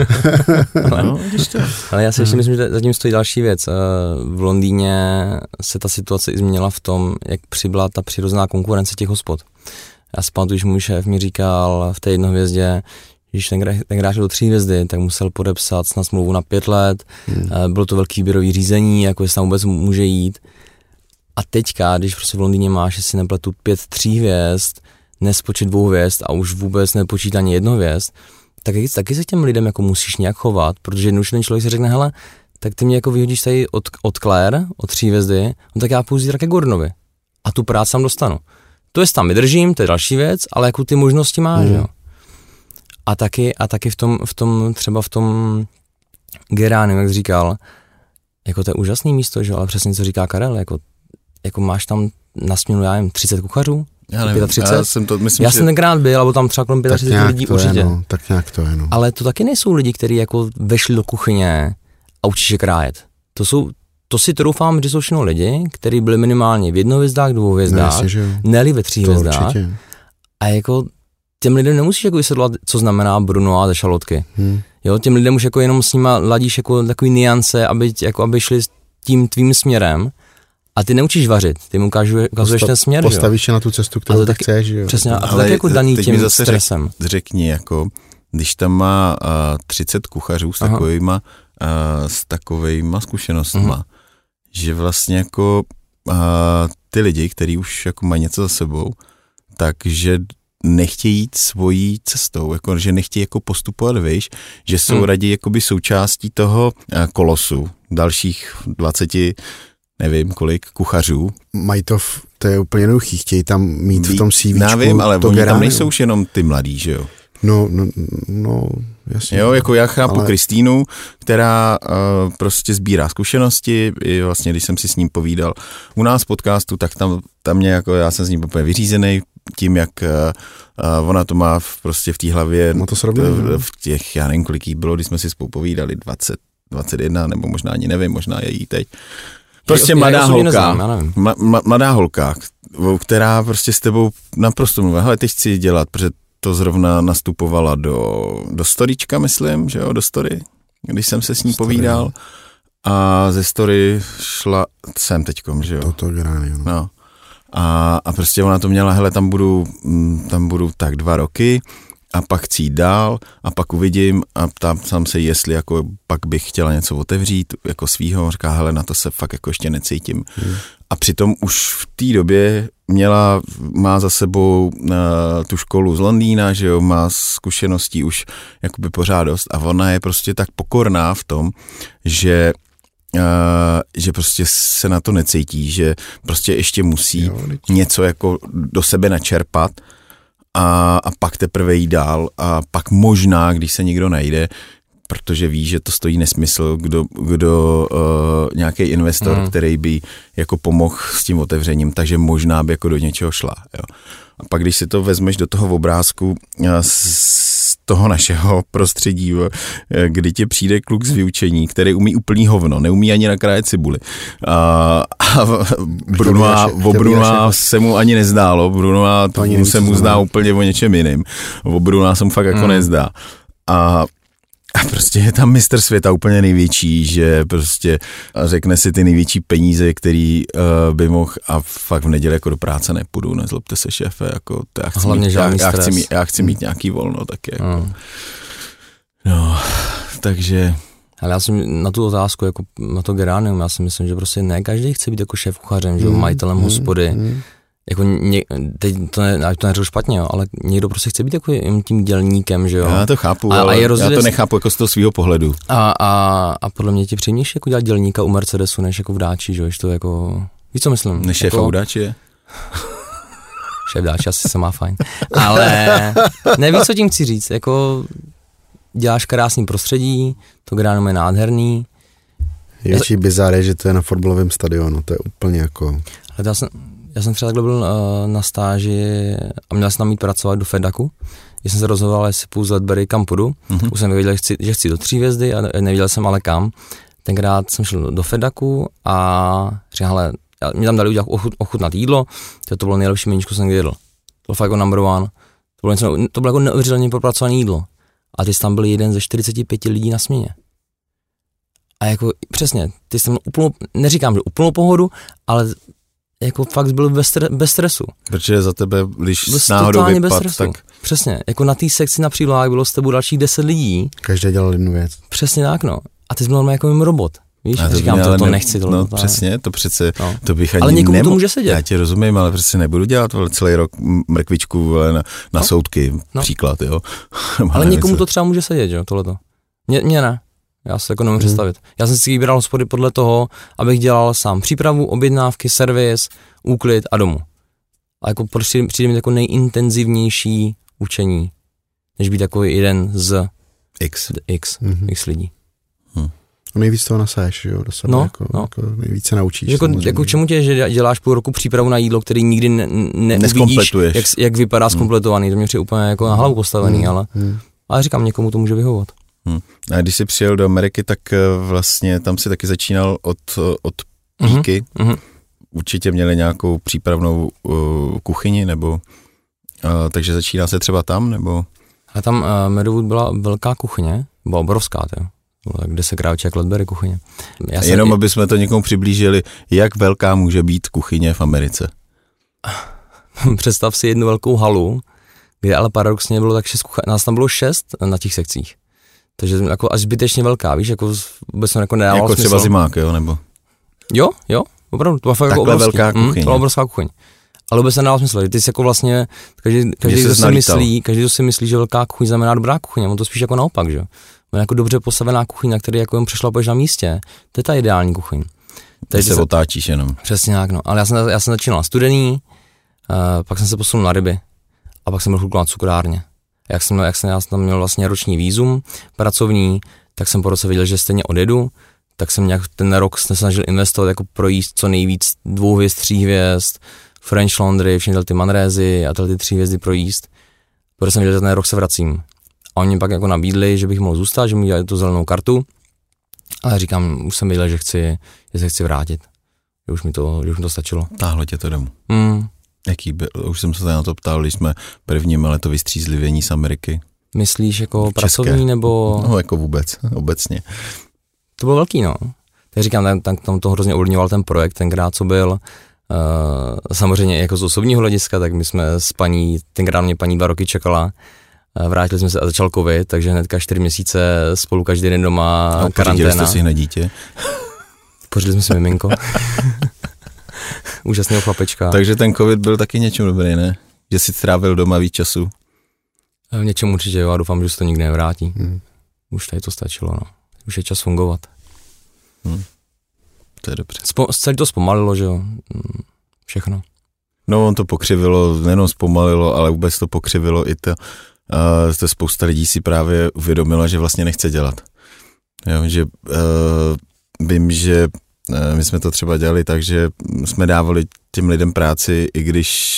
S4: Ale já si ještě myslím, že zatím stojí další věc. V Londýně se ta situace i změnila v tom, jak přibyla ta přirozená konkurence těch hospod. Já si pamatuju, že můj šéf mi říkal v té jednohvězdě, když ten hráč do 3 hvězdy, tak musel podepsat snad smlouvu na 5 let. Bylo to velký výběrový řízení, jako jestli tam vůbec může jít. A teďka, když prostě v Londýně máš, jestli nepletu 5 3 hvězd, nespočet 2 hvězd a už vůbec nepočít ani 1 hvězd, tak taky se těm lidem jako musíš nějak chovat, protože jednou ten člověk si řekne, hele, tak ty mě jako vyhodíš tady od Claire, od 3 hvězdy, no tak já půjdu zítra ke Gordonovi a tu práci tam dostanu. To jest tam vydržím, to je další věc, ale jako ty možnosti máš, jo. A taky v tom Gerániu, jak jsi říkal, jako to je úžasný místo, že, ale přesně co říká Karel, jako máš tam na směnu, já nevím, 30 kuchařů,
S2: já nevím,
S4: 35. Já jsem tenkrát byl, alebo tam třeba kolem 35 lidí určitě.
S3: No, tak nějak to je, no.
S4: Ale to taky nejsou lidi, kteří jako vešli do kuchyně a učí se krájet. To si troufám, že jsou všechno lidi, kteří byli minimálně v 1 hvězdách, 2 hvězdách, ne-li ve 3 hvězdách. Určitě. A jako těm lidem nemusíš jako vysvětlovat, co znamená Bruno ze šalotky. Jo, těm lidem už jako jenom s nima ladíš jako takový niance, aby šli tím tvým směrem. A ty neučíš vařit, ty mu ukazuješ ten směr,
S3: postavíš je na tu cestu, kterou tak chceš, jo.
S4: Přesně, a to tak jako daný tím stresem.
S2: Řekni, jako, když tam má 30 kuchařů s takovejma zkušenostma, že vlastně jako ty lidi, kteří už jako mají něco za sebou, takže nechtějí jít svojí cestou, jako, že nechtějí jako postupovat výš, že jsou raději jakoby součástí toho kolosu, dalších 20, nevím kolik, kuchařů.
S3: Mají to je úplně jednoduchý, chtějí tam mít v tom CVčku.
S2: Nevím, ale oni tam nejsou už jenom ty mladí, že jo?
S3: No, jasně.
S2: Jo, jako já chápu Kristýnu, která prostě sbírá zkušenosti, i vlastně, když jsem si s ním povídal u nás v podcastu, tak tam mě jako, já jsem s ním úplně vyřízený tím, jak ona to má prostě v té hlavě, v těch, já nevím, kolik jí bylo, když jsme si spolu povídali, 20, 21, nebo možná ani nevím, možná je jí teď. Prostě mladá holka, která prostě s tebou naprosto mluví, hele, teď chci dělat, protože to zrovna nastupovala do storyčka, myslím, že jo, do story, když jsem se s ní povídal a ze story šla sem teďkom, že jo.
S3: To Gerániu,
S2: no. A prostě ona to měla, hele, tam budu tak 2 roky a pak chci jít dál a pak uvidím a ptám se, jestli jako pak bych chtěla něco otevřít jako svýho, říká, hele, na to se fakt jako ještě necítím. A přitom už v té době má za sebou tu školu z Londýna, že jo, má zkušeností už jakoby pořád dost a ona je prostě tak pokorná v tom, že že prostě se na to necítí, že prostě ještě musí něco jako do sebe načerpat a pak teprve jít dál a pak možná, když se nikdo najde, protože ví, že to stojí nesmysl, kdo nějaký investor, který by jako pomohl s tím otevřením, takže možná by jako do něčeho šla. Jo. A pak, když si to vezmeš do toho obrázku z toho našeho prostředí, kdy ti přijde kluk z vyučení, který umí úplný hovno, neumí ani nakrájet cibuli. A Bruna se mu ani nezdálo, Bruna se mu zdá úplně o něčem jiným. Bruna se mu fakt jako nezdá. A prostě je tam mistr světa úplně největší, že prostě řekne si ty největší peníze, který by mohl a fakt v neděli jako do práce nepůjdu, nezlobte se šéfe, jako já chci mít nějaký volno taky. Jako. No, takže...
S4: Ale já jsem na tu otázku, jako na to geranium, já si myslím, že prostě ne každý chce být jako šéf kuchařem, že majitelem hospody. Jako teď to neřekl špatně, jo, ale někdo prostě chce být jako tím dělníkem, že jo.
S2: Já to chápu, ale já to nechápu jako z toho svého pohledu.
S4: A podle mě ti příjemnější jako dělat dělníka u Mercedesu, než jako v Dáči, že jo, to jako, víš co myslím?
S2: Než šéfa u Dáči je?
S4: Šéf Dáči asi se má fajn, ale nevíš, co tím chci říct, jako děláš krásný prostředí, to geranium je nádherný.
S3: Větší bizár je, že to je na fotbalovém stadionu, to je úplně jako...
S4: Já jsem třeba takhle byl na stáži a měl jsem tam jít pracovat do Fedaku. Já jsem se rozhodoval, jestli půjdu z Ledbury kam půjdu. Už jsem věděl, že chci do 3 hvězdy a nevěděl jsem ale kam. Tenkrát jsem šel do Fedaku a říkal, hele, mě tam dali udělat ochutnat jídlo, to bylo nejlepší meníčko, co jsem kdy jedl. To bylo fakt jako number one. To bylo jako neuvěřitelně propracované jídlo. A ty jsi tam byl jeden ze 45 lidí na směně. A jako přesně, ty jsi tam úplnou, neříkám, že úplnou pohodu, ale jako fakt byl bez stresu.
S2: Protože za tebe, když náhodou vypad, tak...
S4: Přesně, jako na té sekci na přílohách bylo s tebou dalších 10 lidí.
S3: Každý dělal jednu věc.
S4: Přesně tak, no. A ty jsi byl normálně jako mým robot. Víš, říkám, to nechci.
S2: No přesně, to přece, to bych ani
S4: ale někomu to může sedět.
S2: Já tě rozumím, ale přece nebudu dělat celý rok mrkvičku na soudky, příklad, jo.
S4: Ale někomu to třeba může sedět, jo, tohleto. Mně ne. Já se jako nemůžu představit. Já jsem si vybíral hospody podle toho, abych dělal sám přípravu, objednávky, servis, úklid a domů. A jako přijde mi jako nejintenzivnější učení, než být jako jeden z X lidí.
S3: Nejvíc toho nasaješ, jo, do sebe, jako nejvíc se naučíš.
S4: Jako k čemu tě, že děláš půl roku přípravu na jídlo, který nikdy neuvidíš, jak vypadá zkompletovaný, to mě přijde úplně jako na hlavu postavený, ale říkám, někomu to může vyhovovat.
S2: A když jsi přijel do Ameriky, tak vlastně tam si taky začínal od píky. Určitě měli nějakou přípravnou kuchyni, nebo takže začíná se třeba tam, nebo?
S4: A tam Meadowood byla velká kuchyně, byla obrovská, to bylo tak 10krát jak Ledbury kuchyně.
S2: Jenom aby jsme to někomu přiblížili, jak velká může být kuchyně v Americe.
S4: Představ si jednu velkou halu, kde ale paradoxně bylo tak 6 kuchyň, nás tam bylo 6 na těch sekcích. Takže jako až zbytečně velká, víš, jako vůbec to jako nedávalo
S2: smysl. Jako třeba zimák, jo, nebo?
S4: Jo, opravdu, to byla fakt jako
S2: velká kuchyň.
S4: To byla obrovská kuchyň. Ale vůbec se nedávalo smysl, že ty jsi jako vlastně, každý, kdo si myslí, že velká kuchyň znamená dobrá kuchyň, on to spíš jako naopak, že jo. On jako dobře postavená kuchyň, na který jako jim přešlapeš na místě, to je ta ideální kuchyň.
S2: Ty se otáčíš jenom.
S4: Přesně tak, no. Ale já jsem začínal studený, pak jsem se posunul na ryby a pak jsem byl chvilku na cukrárně. Já jsem tam měl vlastně roční vízum pracovní, tak jsem po roce věděl, že stejně odjedu, tak jsem nějak ten rok se snažil investovat, jako projíst co nejvíc 2 hvězd, 3 hvězd, French Laundry, všechny ty Manrézy a ty 3 hvězdy projíst, protože jsem věděl, že ten rok se vracím. A oni pak jako nabídli, že bych mohl zůstat, že mi dělali tu zelenou kartu, ale říkám, už jsem věděl, že se chci vrátit, že už mi to stačilo.
S2: Táhlo tě to domů. Jaký byl, už jsem se na to ptal, když jsme první měli to vystřízlivění z Ameriky.
S4: Myslíš jako pracovní nebo?
S2: No jako vůbec, obecně.
S4: To bylo velký, no. Tak říkám, tam to hrozně ovlivňoval ten projekt, tenkrát, co byl. Samozřejmě jako z osobního hlediska, tak my jsme s paní, tenkrát mě paní 2 roky čekala, vrátili jsme se a začal covid, takže hnedka 4 měsíce spolu každý den doma, karanténa.
S2: A pořídili jste si hned dítě?
S4: Pořídili jsme si miminko. Úžasného chlapečka.
S2: Takže ten covid byl taky něčím dobrý, ne? Že jsi trávil doma víc času?
S4: V něčem určitě, jo, a doufám, že se to nikdy nevrátí. Už tady to stačilo, no. Už je čas fungovat.
S2: To je dobře.
S4: Celý to zpomalilo, že jo, všechno.
S2: No on to pokřivilo, nejenom zpomalilo, ale vůbec to pokřivilo i to spousta lidí si právě uvědomila, že vlastně nechce dělat. Jo, že vím, že my jsme to třeba dělali tak, že jsme dávali těm lidem práci, i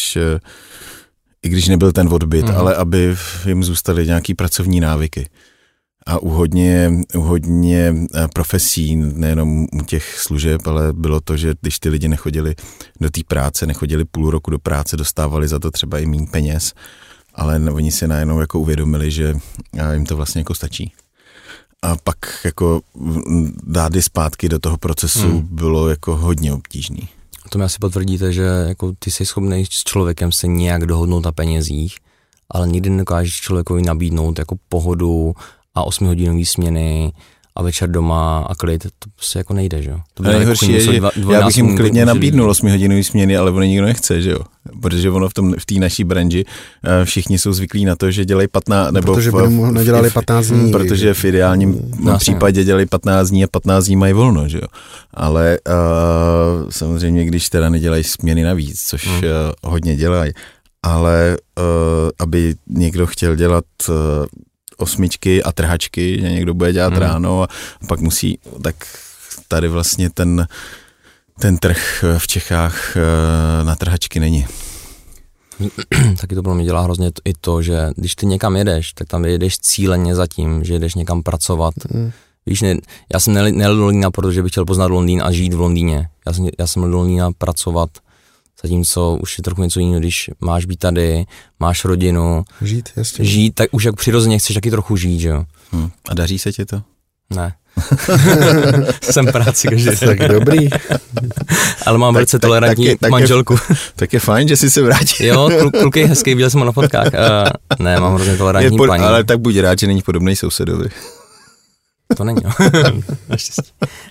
S2: když nebyl ten odbyt, ale aby jim zůstaly nějaký pracovní návyky. A u hodně profesí, nejenom u těch služeb, ale bylo to, že když ty lidi nechodili do té práce, nechodili půl roku do práce, dostávali za to třeba i méně peněz, ale oni si najednou jako uvědomili, že jim to vlastně jako stačí. A pak jako dát je zpátky do toho procesu bylo jako hodně obtížný.
S4: To mi asi potvrdíte, že jako ty jsi schopný s člověkem se nějak dohodnout na penězích, ale nikdy nedokážeš člověkovi nabídnout jako pohodu a 8hodinový směny a večer doma a klid, to prostě jako nejde, že jo.
S2: Nejhorší je, že já bych jim klidně nabídnul 8hodinový směny, ale ono nikdo nechce, že jo. Protože ono v té naší branži všichni jsou zvyklí na to, že dělají 15, nebo
S3: protože nedělali 15 dní.
S2: Protože v ideálním případě dělají 15 dní a 15 dní mají volno, že jo. Ale samozřejmě, když teda nedělají směny navíc, což hodně dělají, ale aby někdo chtěl dělat 8 a trhačky, že někdo bude dělat ráno a pak musí, tak tady vlastně ten trh v Čechách na trhačky není.
S4: Taky to pro mě dělá hrozně i to, že když ty někam jedeš, tak tam jedeš cíleně za tím, že jedeš někam pracovat. Víš, já jsem nejel do Londýna, protože bych chtěl poznat Londýn a žít v Londýně. Já jsem jel do Londýna pracovat, zatímco už je trochu něco jiného, když máš být tady, máš rodinu.
S3: Žít, jasně.
S4: Žít, tak už jak přirozeně chceš taky trochu žít, že jo.
S2: A daří se ti to?
S4: Ne. Jsem práci každý den.
S3: Tak dobrý.
S4: Ale mám velice tolerantní manželku.
S2: Tak je fajn, že jsi se vrátil.
S4: Jo, kluk je hezký, viděl jsem ho na fotkách. Ne, mám hrozně tolerantní paní.
S2: Ale tak buď rád, že není podobnej sousedovi.
S4: To není, no. Naštěstí.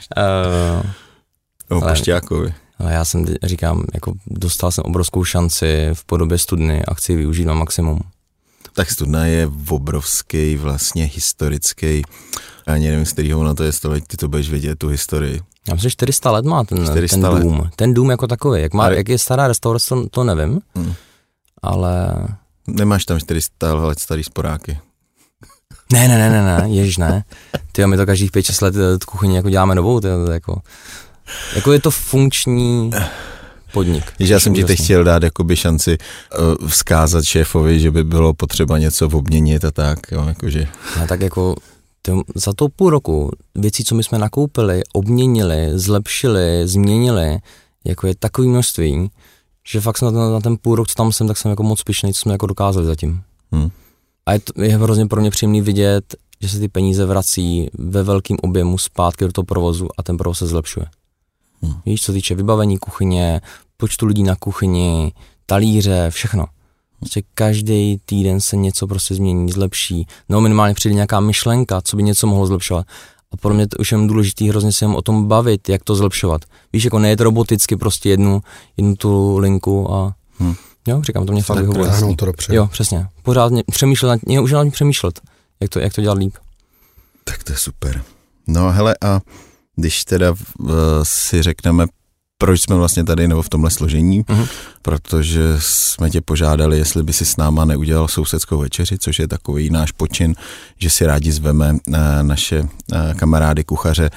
S2: Pašťákovi.
S4: Ale já říkám, jako dostal jsem obrovskou šanci v podobě Studny a chci využít na maximum.
S2: Tak Studna je obrovský, vlastně historický, já nevím, z kterého na to je století, ty to budeš vědět, tu historii.
S4: Já myslím, že 400 let má ten dům. Ten dům jako takový. Jak je stará restaurace, to nevím, ale...
S2: Nemáš tam 400 let starý sporáky.
S4: Ne, ježiš ne. Tyjo, my to každých 5-6 let kuchyni jako děláme novou, jako je to funkční podnik.
S2: Já jsem ti teď chtěl dát jakoby šanci vzkázat šéfovi, že by bylo potřeba něco obměnit a tak, jo, jakože.
S4: No, tak jako za to půl roku věcí, co my jsme nakoupili, obměnili, zlepšili, změnili, jako je takový množství, že fakt na ten půl rok, co tam jsem, tak jsem jako moc pyšnej, co jsme jako dokázali zatím. A je hrozně pro mě příjemný vidět, že se ty peníze vrací ve velkém objemu zpátky do toho provozu a ten provoz se zlepšuje. Víš, co týče vybavení kuchyně, počtu lidí na kuchyni, talíře, všechno. Prostě každý týden se něco prostě změní, zlepší. No minimálně přijde nějaká myšlenka, co by něco mohlo zlepšovat. A pro mě to už je důležitý hrozně se o tom bavit, jak to zlepšovat. Víš, jako nejet roboticky prostě jednu tu linku a jo, říkám, to mě fakt vyhovuje. Jo, přesně. Pořád přemýšlet, už nad tím přemýšlet, jak to dělat líp.
S2: Tak to je super. No hele, a když teda si řekneme, proč jsme vlastně tady nebo v tomhle složení, protože jsme tě požádali, jestli by si s náma neudělal sousedskou večeři, což je takový náš počin, že si rádi zveme naše kamarády kuchaře,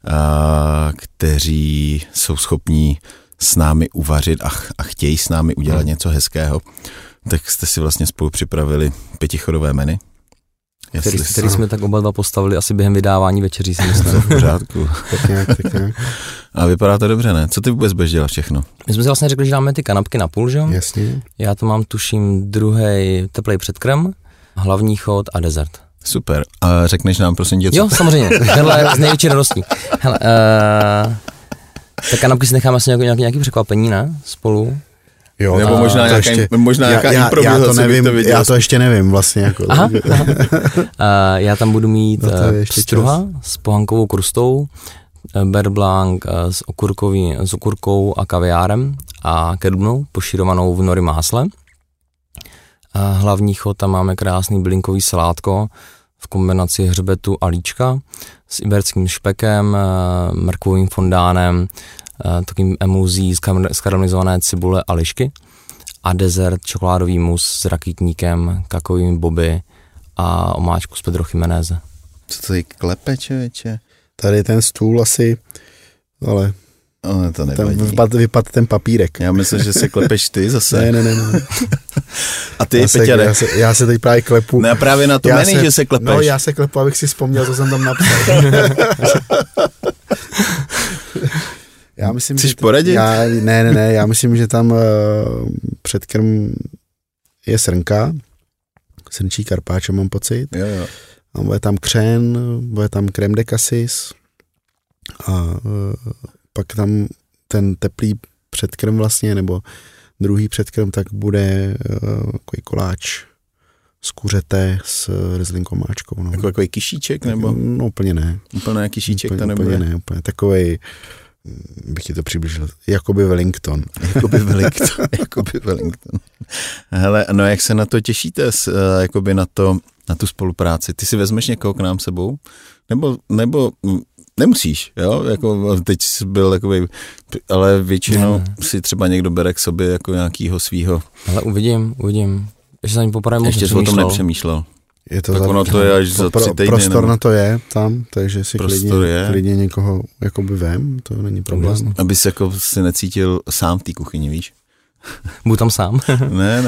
S2: kteří jsou schopní s námi uvařit a chtějí s námi udělat něco hezkého. Tak jste si vlastně spolu připravili 5chodové menu.
S4: Který jsme tak oba dva postavili asi během vydávání večeří, si myslím.
S2: V pořádku.
S3: Tak nějak.
S2: A vypadá to dobře, ne? Co ty vůbec budeš dělat všechno?
S4: My jsme si vlastně řekli, že dáme ty kanapky na půl, že jo?
S3: Jasně.
S4: Já to mám, tuším, druhý teplej předkrm, hlavní chod a dezert.
S2: Super. A řekneš nám prosím tě, co?
S4: Jo, samozřejmě. Hele, z největší radostí. Hele, tak kanapky si necháme asi nějaký překvapení, ne? Spolu.
S3: Jo,
S2: nebo možná nějaká improvizace,
S3: já to nevím, já to ještě nevím vlastně. Jako.
S4: Aha. Já tam budu mít pstruha s pohankovou krustou, beurre blanc s okurkou a kaviárem a kedubnou pošírovanou v nori másle. Hlavní chod tam máme krásný bylinkový salátko v kombinaci hřbetu a líčka s iberským špekem, mrkvovým fondánem, takovým emulzí z karamelizované cibule a lišky a dezert čokoládový mus s rakitníkem, kakaovými boby a omáčku z Pedro Jiméneze.
S2: Co to je klepe, člověče?
S3: Tady ten stůl asi, ale
S2: to nevadí.
S3: Vypadl ten papírek.
S2: Já myslím, že se klepeš ty zase.
S3: Ne.
S2: A ty, Peťane?
S3: Já se teď právě klepu.
S2: Ne, právě na to není, že se klepeš.
S3: No, já se klepu, abych si vzpomněl, co jsem tam napsal. Já myslím,
S2: chceš poradit?
S3: Ne, já myslím, že tam předkrm je srnka, srnčí karpáče, mám pocit.
S2: Jo.
S3: A bude tam křen, bude tam crème de cassis a pak tam ten teplý předkrm vlastně, nebo druhý předkrm, tak bude takový koláč z kuřete s rezlinkou máčkou. No.
S2: Jako takový kyšíček, nebo?
S3: No úplně ne.
S2: Úplně kyšíček to nebude?
S3: Úplně ne, úplně takovej, bych ti to přibližil, jakoby Wellington.
S2: Jakoby Wellington. Hele, no jak se na to těšíte, jakoby na tu spolupráci? Ty si vezmeš někoho k nám sebou? Nebo nemusíš, jo? Jako teď byl takový, ale většinou si třeba někdo bere k sobě jako nějakýho svýho.
S4: Ale uvidím. Ještě jsem poprvé moc
S2: ještě o tom nepřemýšlel.
S3: Je to
S2: tak ono to je až za 3 týdny.
S3: Prostor na to je tam, takže si klidně někoho jakoby vem, to není problém.
S2: Abys jako si necítil sám v té kuchyni, víš?
S4: Budu tam sám?
S2: Ne.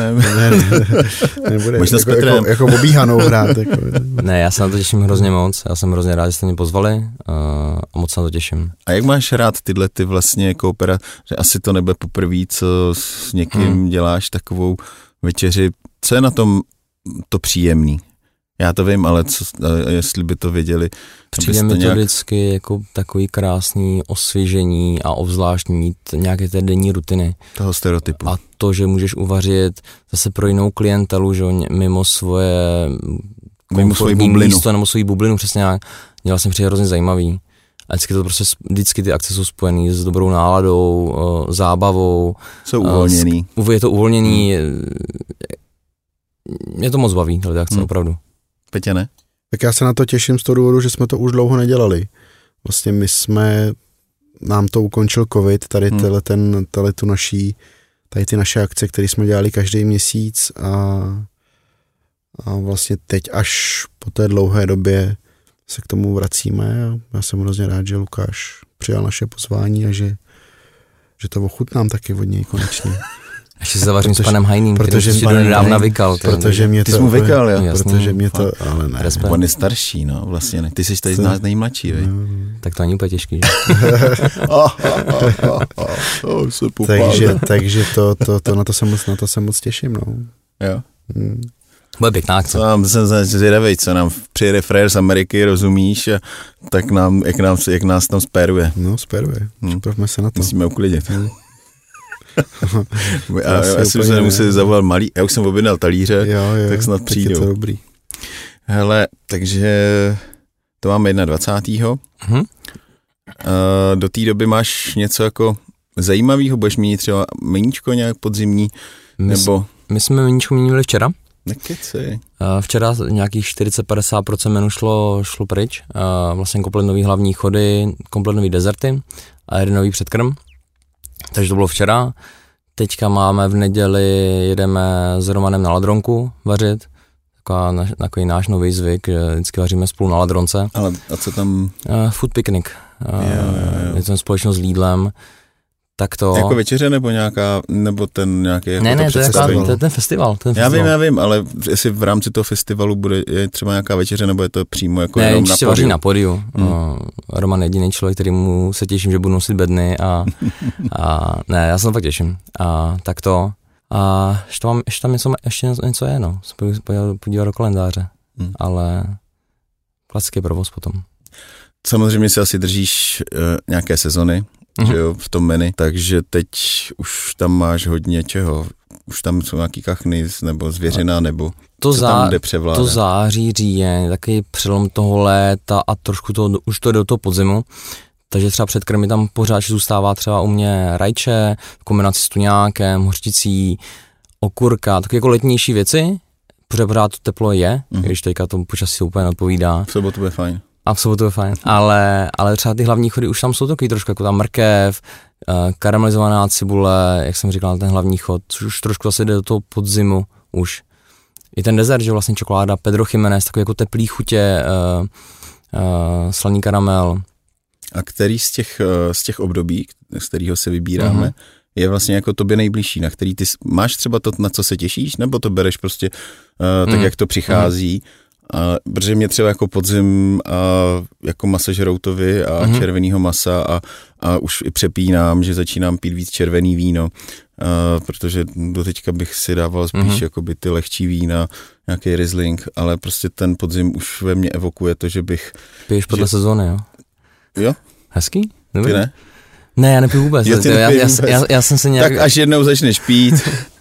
S3: Nebude jako obíhanou hrát.
S4: Ne, já se na to těším hrozně moc. Já jsem hrozně rád, že jste mě pozvali a moc se na to těším.
S2: A jak máš rád tyhle ty vlastně kooperace, že asi to nebude poprvé, co s někým děláš takovou večeři. Co je na tom to příjemný? Já to vím, ale jestli by to věděli.
S4: Přijde mi to vždycky jako takový krásný osvěžení a obzvláštní nějaké té denní rutiny.
S2: Toho stereotypu.
S4: A to, že můžeš uvařit zase pro jinou klientelu, že mimo svoje komfortní místo nebo svoji bublinu, přesně nějak. Dělal jsem přijde hrozně zajímavý. A vždycky ty akce jsou spojený s dobrou náladou, zábavou.
S2: Jsou uvolněný.
S4: Je to uvolněný. Mě to moc baví, tyhle akce, opravdu.
S2: Petě, ne?
S3: Tak já se na to těším z toho důvodu, že jsme to už dlouho nedělali. Vlastně nám to ukončil covid, tady ty naše akce, které jsme dělali každý měsíc a vlastně teď až po té dlouhé době se k tomu vracíme a já jsem hrozně rád, že Lukáš přijal naše pozvání a že to ochutnám taky od něj konečně.
S4: Ještě se zavařím s panem Hajným,
S2: protože
S4: si nedávna vykal.
S3: Protože mě
S2: ty jsi mu vykal, jo?
S3: Protože mě to, ale ne.
S2: Respekt. On je starší, no, vlastně ne. Ty jsi tady z nás nejmladší, vej.
S4: Tak to není úplně těžký, že?
S3: Takže to na to se moc těším, no.
S2: Jo.
S4: Bude pěkná akce.
S2: Jsem zvědavej, co nám přijede frajer z Ameriky, rozumíš, a tak jak nás tam spéruje.
S3: No, spéruje. Připravme se na to.
S2: Musíme uklidit. Já si se nemusím zavolat malý, já už jsem objednal talíře, tak snad přijdu.
S3: Tak je to dobrý.
S2: Hele, takže to máme 21. Do té doby máš něco jako zajímavého, budeš mít třeba meníčko nějak podzimní, nebo...
S4: My jsme meníčko měnili včera.
S2: Nekecej.
S4: Včera nějakých 40-50% menu šlo pryč, vlastně komplet nový hlavní chody, komplet nový dezerty a jeden nový předkrm. Takže to bylo včera. Teďka máme v neděli, jedeme s Romanem na ladronku vařit. Takový náš nový zvyk, že vždycky vaříme spolu na ladronce.
S2: Ale a co tam?
S4: Food picnic. Je to společnost s Lidlem. Tak to...
S2: Jako večeře nebo ten nějaký...
S4: Jako ne, to je ten festival.
S2: Já vím, ale jestli v rámci toho festivalu bude třeba nějaká večeře, nebo je to přímo jako jenom na pódiu?
S4: vaří na pódiu. Roman je jediný člověk, kterýmu se těším, že budu nosit bedny a ne, já se to fakt těším. Tak to. A ještě tam něco je, no. Se podívat do kalendáře. Ale klasický provoz potom.
S2: Samozřejmě si asi držíš nějaké sezony, že jo, v tom menu, takže teď už tam máš hodně čeho. Už tam jsou nějaký kachny, nebo zvěřina, nebo co tam jde převládat.
S4: To září, říjen, takový přelom toho léta a trošku už to jde do toho podzimu. Takže třeba předkrmy tam pořád zůstává třeba u mě rajče, v kombinaci s tuňákem, hořčicí, okurka, takové jako letnější věci. Pořád to teplo je, když teďka to počasí úplně odpovídá.
S2: V sobotu bude fajn.
S4: A v sobotu je fajn, ale třeba ty hlavní chody už tam jsou takový trošku, jako ta mrkev, karamelizovaná cibule, jak jsem říkal, ten hlavní chod, což už trošku zase jde do toho podzimu už. I ten dezert, že vlastně čokoláda, Pedro Jiménez, takový jako teplý chutě, slaný karamel.
S2: A který z těch období, z kterého se vybíráme, je vlastně jako tobě nejbližší, na který ty máš třeba to, na co se těšíš, nebo to bereš prostě tak, jak to přichází? Protože mě třeba jako podzim jako masožroutovi a červenýho masa a už i přepínám, že začínám pít víc červený víno, protože doteďka bych si dával spíš jakoby ty lehčí vína, nějaký Riesling, ale prostě ten podzim už ve mně evokuje to, že bych...
S4: Piješ podle sezóny, jo?
S2: Jo.
S4: Hezký? Dobrý.
S2: Ty ne?
S4: Ne, já nepiju vůbec. Já jsem se nějak...
S2: Tak až jednou začneš pít...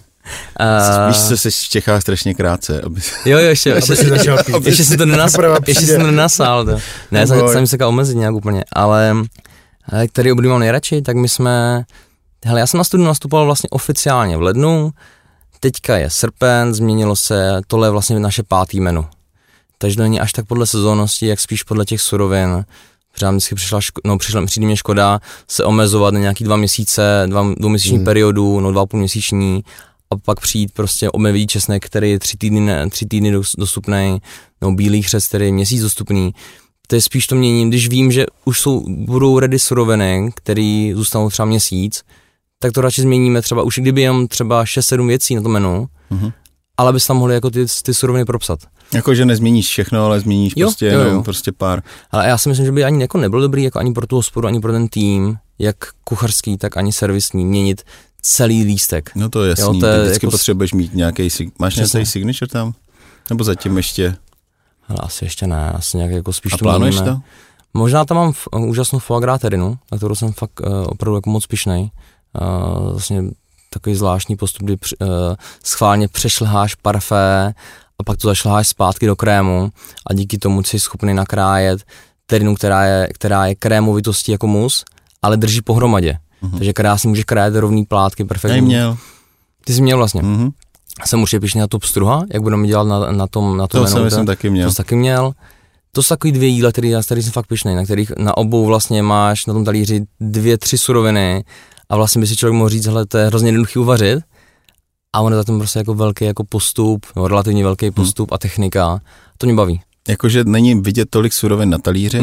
S2: Spíš se jsi v Čechách strašně krátce.
S4: Jo, ještě si to nenasál. Ne, jsem se omezit nějak úplně, ale který období mám nejradši, tak my jsme... Hele, já jsem na studiu nastupoval vlastně oficiálně v lednu, teďka je srpen, změnilo se, tohle je vlastně naše 5. menu. Takže to není až tak podle sezónnosti, jak spíš podle těch surovin. Třeba vždycky přijde mě škoda se omezovat na nějaký 2 měsíce, dvouměsíční periodu, 2,5 měsíční, a pak přijít prostě obměvý česnek, který je 3 týdny dostupný, nebo bílý chřest, který je měsíc dostupný. To je spíš to měním, když vím, že už budou ready suroviny, které zůstanou třeba měsíc, tak to radši změníme třeba, už kdyby jen třeba 6-7 věcí na to menu, ale bys tam mohli jako ty suroviny propsat.
S2: Jakože nezměníš všechno, ale změníš prostě pár.
S4: Ale já si myslím, že by ani jako nebylo dobrý jako ani pro tu hospodu, ani pro ten tým, jak kuchařský, tak ani servisní, měnit celý lístek.
S2: No to je jasný, ty vždycky jako potřebuješ mít nějaký, máš nějaký signature tam? Nebo zatím ještě?
S4: Hele, asi ještě ne, asi nějak jako spíš
S2: a plánuješ to?
S4: Možná tam mám úžasnou foie gras terinu, na kterou jsem fakt opravdu jako moc pyšnej. Vlastně takový zvláštní postup, kdy schválně přešlháš parfé a pak to zašlháš zpátky do krému a díky tomu jsi schopný nakrájet terinu, která je krémovitostí jako mus, ale drží pohromadě. Takže krásně můžeš krájet rovný plátky, perfektní.
S2: Já měl.
S4: Ty jsi měl vlastně. Jsem určitě pyšný na top struha, jak budeme dělat na tom
S2: to menu. Jsem taky měl.
S4: To jsi taky měl. To jsou takový 2 jídla, který jsem fakt pyšný, na kterých na obou vlastně máš na tom talíři 2-3 suroviny a vlastně by si člověk mohl říct, hele, to je hrozně jednoduchý uvařit a on je za tím prostě jako velký jako postup, no, relativně velký postup a technika. To mě baví.
S2: Jakože není vidět tolik surovin na talíři,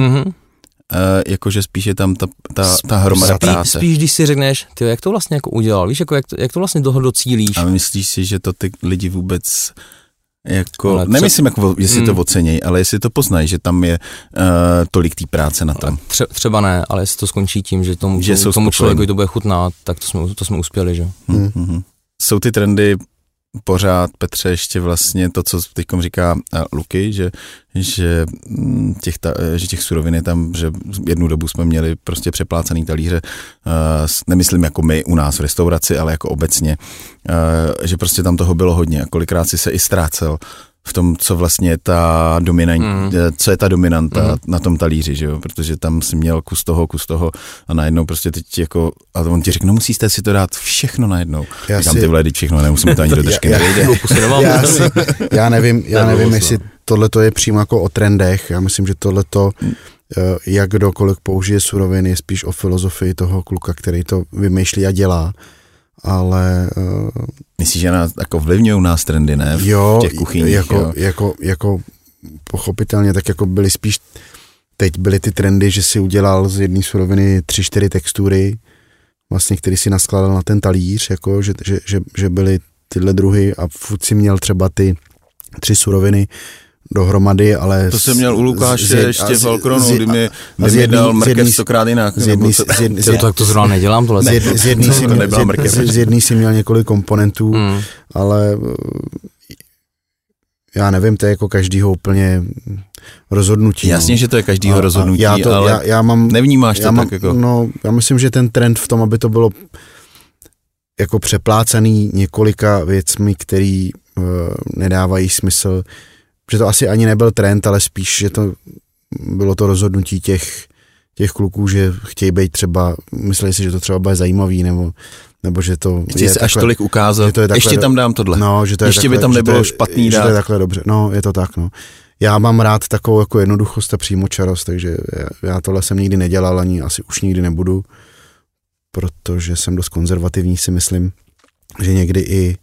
S2: jakože spíš je tam ta hromada práce.
S4: Spíš, když si řekneš, ty, jak to vlastně jako udělal, víš, jako jak to vlastně toho docílíš.
S2: A myslíš si, že to ty lidi vůbec jako, nemyslím, jako, jestli to ocenějí, ale jestli to poznají, že tam je tolik té práce na tom.
S4: Třeba ne, ale jestli to skončí tím, že tomu člověku to bude chutnat, tak to jsme uspěli, že?
S2: Jsou ty trendy pořád, Petře, ještě vlastně to, co teďkom říká Luky, že těch surovin je tam, že jednu dobu jsme měli prostě přeplácený talíře, nemyslím jako my u nás v restauraci, ale jako obecně, že prostě tam toho bylo hodně a kolikrát si se i ztrácel v tom, co vlastně je ta co je ta dominanta na tom talíři, že jo, protože tam si měl kus toho a najednou prostě teď jako, a on ti řekne, no musíte si to dát všechno najednou. Říkám, ty vole, teď všechno, nemusíme to ani do držky nejde.
S3: Já nevím, jestli tohleto je přímo jako o trendech, já myslím, že tohleto, jak kdokoliv použije suroviny, je spíš o filozofii toho kluka, který to vymýšlí a dělá. Ale...
S2: Myslíš, že jako vlivňují nás trendy, ne? V těch kuchyních,
S3: jako pochopitelně, tak jako byly spíš, teď byly ty trendy, že si udělal z jedné suroviny 3-4 textury, vlastně, který si naskládal na ten talíř, jako, že byly tyhle druhy a furt si měl třeba ty 3 suroviny dohromady, ale...
S2: To jsem měl u Lukáše ještě v Valkronu, kdy mi dal mrkev 100krát jinak.
S4: To zrovna nedělám tohle.
S3: Z jedný si měl několik komponentů, ale já nevím, to je jako každýho úplně rozhodnutí.
S2: Jasně, že to je každýho rozhodnutí, ale nevnímáš to tak jako...
S3: No, já myslím, že ten trend v tom, aby to bylo jako přeplácaný několika věcmi, který nedávají smysl, že to asi ani nebyl trend, ale spíš, že to bylo to rozhodnutí těch kluků, že chtějí být třeba, mysleli si, že to třeba bude zajímavý, nebo že to
S2: chtějí se až tolik ukázat, ještě tam dám tohle.
S3: No, že to je
S2: ještě
S3: takhle,
S2: by tam nebylo špatný dát.
S3: Že to je takhle dobře, no, je to tak, no. já mám rád takovou jako jednoduchost a přímočarost, takže já tohle jsem nikdy nedělal, ani asi už nikdy nebudu, protože jsem dost konzervativní, si myslím, že někdy i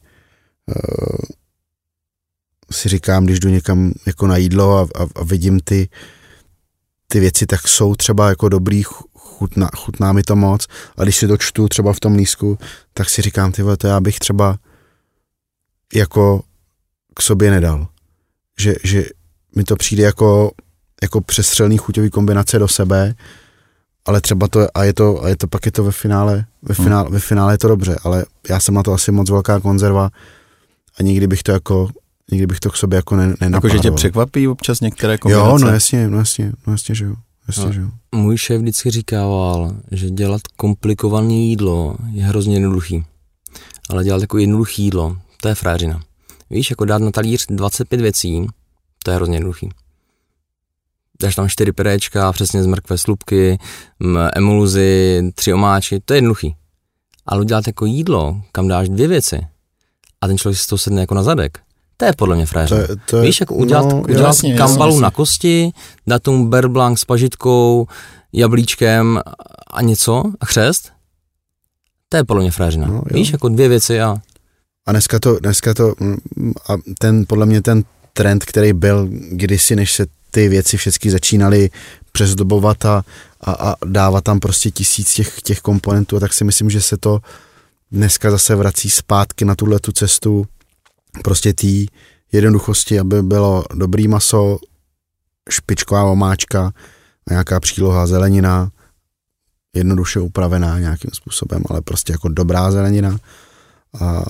S3: si říkám, když jdu někam jako na jídlo a vidím ty věci, tak jsou třeba jako dobrý, chutná mi to moc, a když si to čtu třeba v tom lístku, tak si říkám, ty vole, to já bych třeba jako k sobě nedal. Že mi to přijde jako přestřelný chuťový kombinace do sebe, ale třeba to, a je to pak je to ve finále je to dobře, ale já jsem na to asi moc velká konzerva a nikdy bych to k sobě jako nenapadal.
S2: Jakože tě překvapí občas některé kombinace?
S3: Jo, no jasně, že jo.
S4: Můj šéf vždycky říkával, že dělat komplikované jídlo je hrozně jednoduchý, ale dělat jako jednoduché jídlo, to je fréřina. Víš, jako dát na talíř 25 věcí, to je hrozně jednoduchý. Dáš tam 4 pyréčka, přesně z mrkve, slupky, emulzy, 3 omáčky, to je jednoduchý. Ale udělat jako jídlo, kam dáš 2 věci a ten člověk si to sedne jako na zadek, to je podle mě fréřina. Víš, jako udělat kambalu na kosti, dát tomu beurre blanc s pažitkou, jablíčkem a něco a chřest, to je podle mě fréřina. No, víš, jako 2 věci a
S3: dneska to a podle mě ten trend, který byl kdysi, než se ty věci všechny začínaly přezdobovat a dávat tam prostě 1000 těch komponentů, a tak si myslím, že se to dneska zase vrací zpátky na tuhletu cestu prostě té jednoduchosti, aby bylo dobrý maso, špičková omáčka a nějaká příloha zelenina, jednoduše upravená nějakým způsobem, ale prostě jako dobrá zelenina. A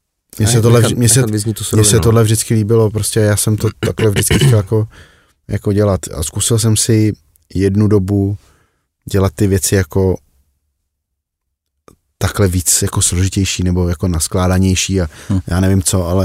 S3: mně se tohle vždycky líbilo, prostě já jsem to takhle vždycky chtěl jako dělat a zkusil jsem si jednu dobu dělat ty věci jako takhle víc jako složitější nebo jako naskládanější a já nevím co, ale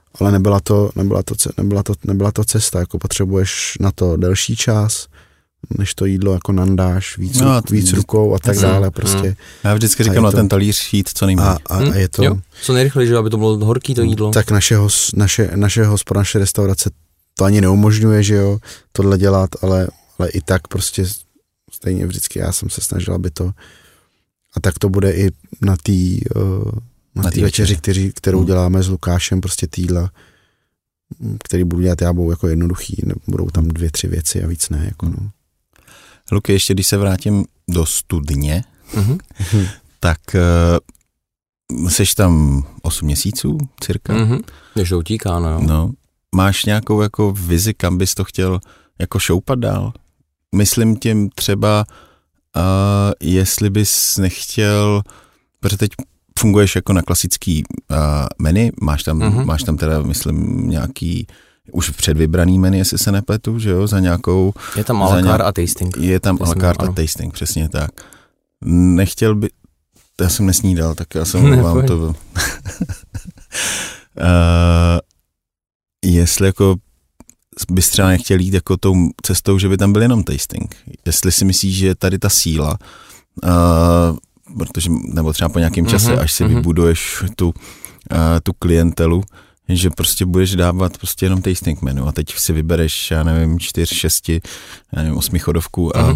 S3: nebyla to cesta, jako potřebuješ na to delší čas, než to jídlo jako nandáš víc rukou a tak dále prostě.
S2: Já vždycky říkám na ten talíř jít co nejméně.
S3: A je to...
S4: Jo, co nejrychleji, aby to bylo horký to jídlo.
S3: Tak naše hospoda, naše restaurace to ani neumožňuje, že jo, tohle dělat, ale i tak prostě stejně vždycky já jsem se snažil, aby to... A tak to bude i na té večeři, kterou děláme s Lukášem, prostě týdla, který budu dělat já, budou jako jednoduchý, budou tam 2-3 věci a víc ne, jako no.
S2: Luky, ještě když se vrátím do studně, tak seš tam 8 měsíců cirka.
S4: Když to utíká,
S2: no. Máš nějakou jako vizi, kam bys to chtěl jako šoupat dál? Myslím tím třeba, jestli bys nechtěl, protože teď funguješ jako na klasický menu, máš tam teda, myslím, nějaký už předvybraný menu, jestli se nepletu, že jo, za nějakou...
S4: Je tam à la carte a tasting.
S2: Je tam à la carte a tasting, přesně tak. Nechtěl by... Já jsem nesnídal, tak já jsem vám to... Jestli jako bys třeba nechtěl jít jako tou cestou, že by tam byl jenom tasting. Jestli si myslíš, že tady ta síla, protože, nebo třeba po nějakém čase, až si vybuduješ tu klientelu, že prostě budeš dávat prostě jenom tasting menu a teď si vybereš, já nevím, 4, 6, já nevím, 8 chodovků a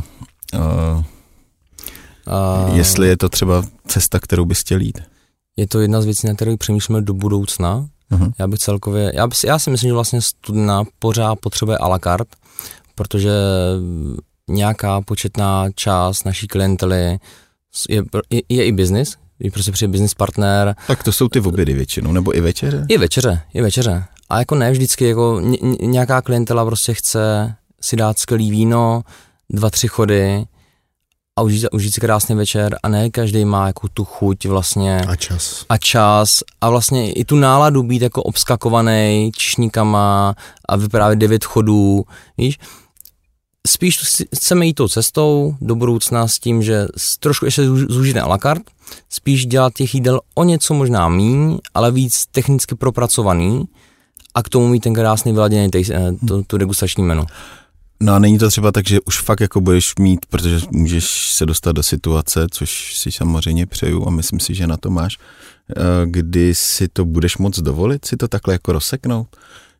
S2: jestli je to třeba cesta, kterou bys chtěl jít.
S4: Je to jedna z věcí, na kterou přemýšlíme do budoucna. Já bych celkově, já si myslím, že vlastně studna pořád potřebuje à la carte, protože nějaká početná část naší klientely je i biznis, je prostě přijde business partner.
S2: Tak to jsou ty obědy většinou, nebo i večeře?
S4: I večeře. A jako ne vždycky, jako nějaká klientela prostě chce si dát skvělý víno, 2-3 chody a užít si krásný večer a ne každý má jako tu chuť vlastně. A čas a vlastně i tu náladu být jako obskakovaný čišníkama a vyprávět 9 chodů, víš. Spíš chceme jít tou cestou do budoucna s tím, že trošku ještě zúžit à la carte, spíš dělat těch jídel o něco možná míň, ale víc technicky propracovaný a k tomu mít ten krásný vyladěný tu degustační menu.
S2: No a není to třeba tak, že už fakt jako budeš mít, protože můžeš se dostat do situace, což si samozřejmě přeju a myslím si, že na to máš, kdy si to budeš moc dovolit, si to takhle jako rozseknout,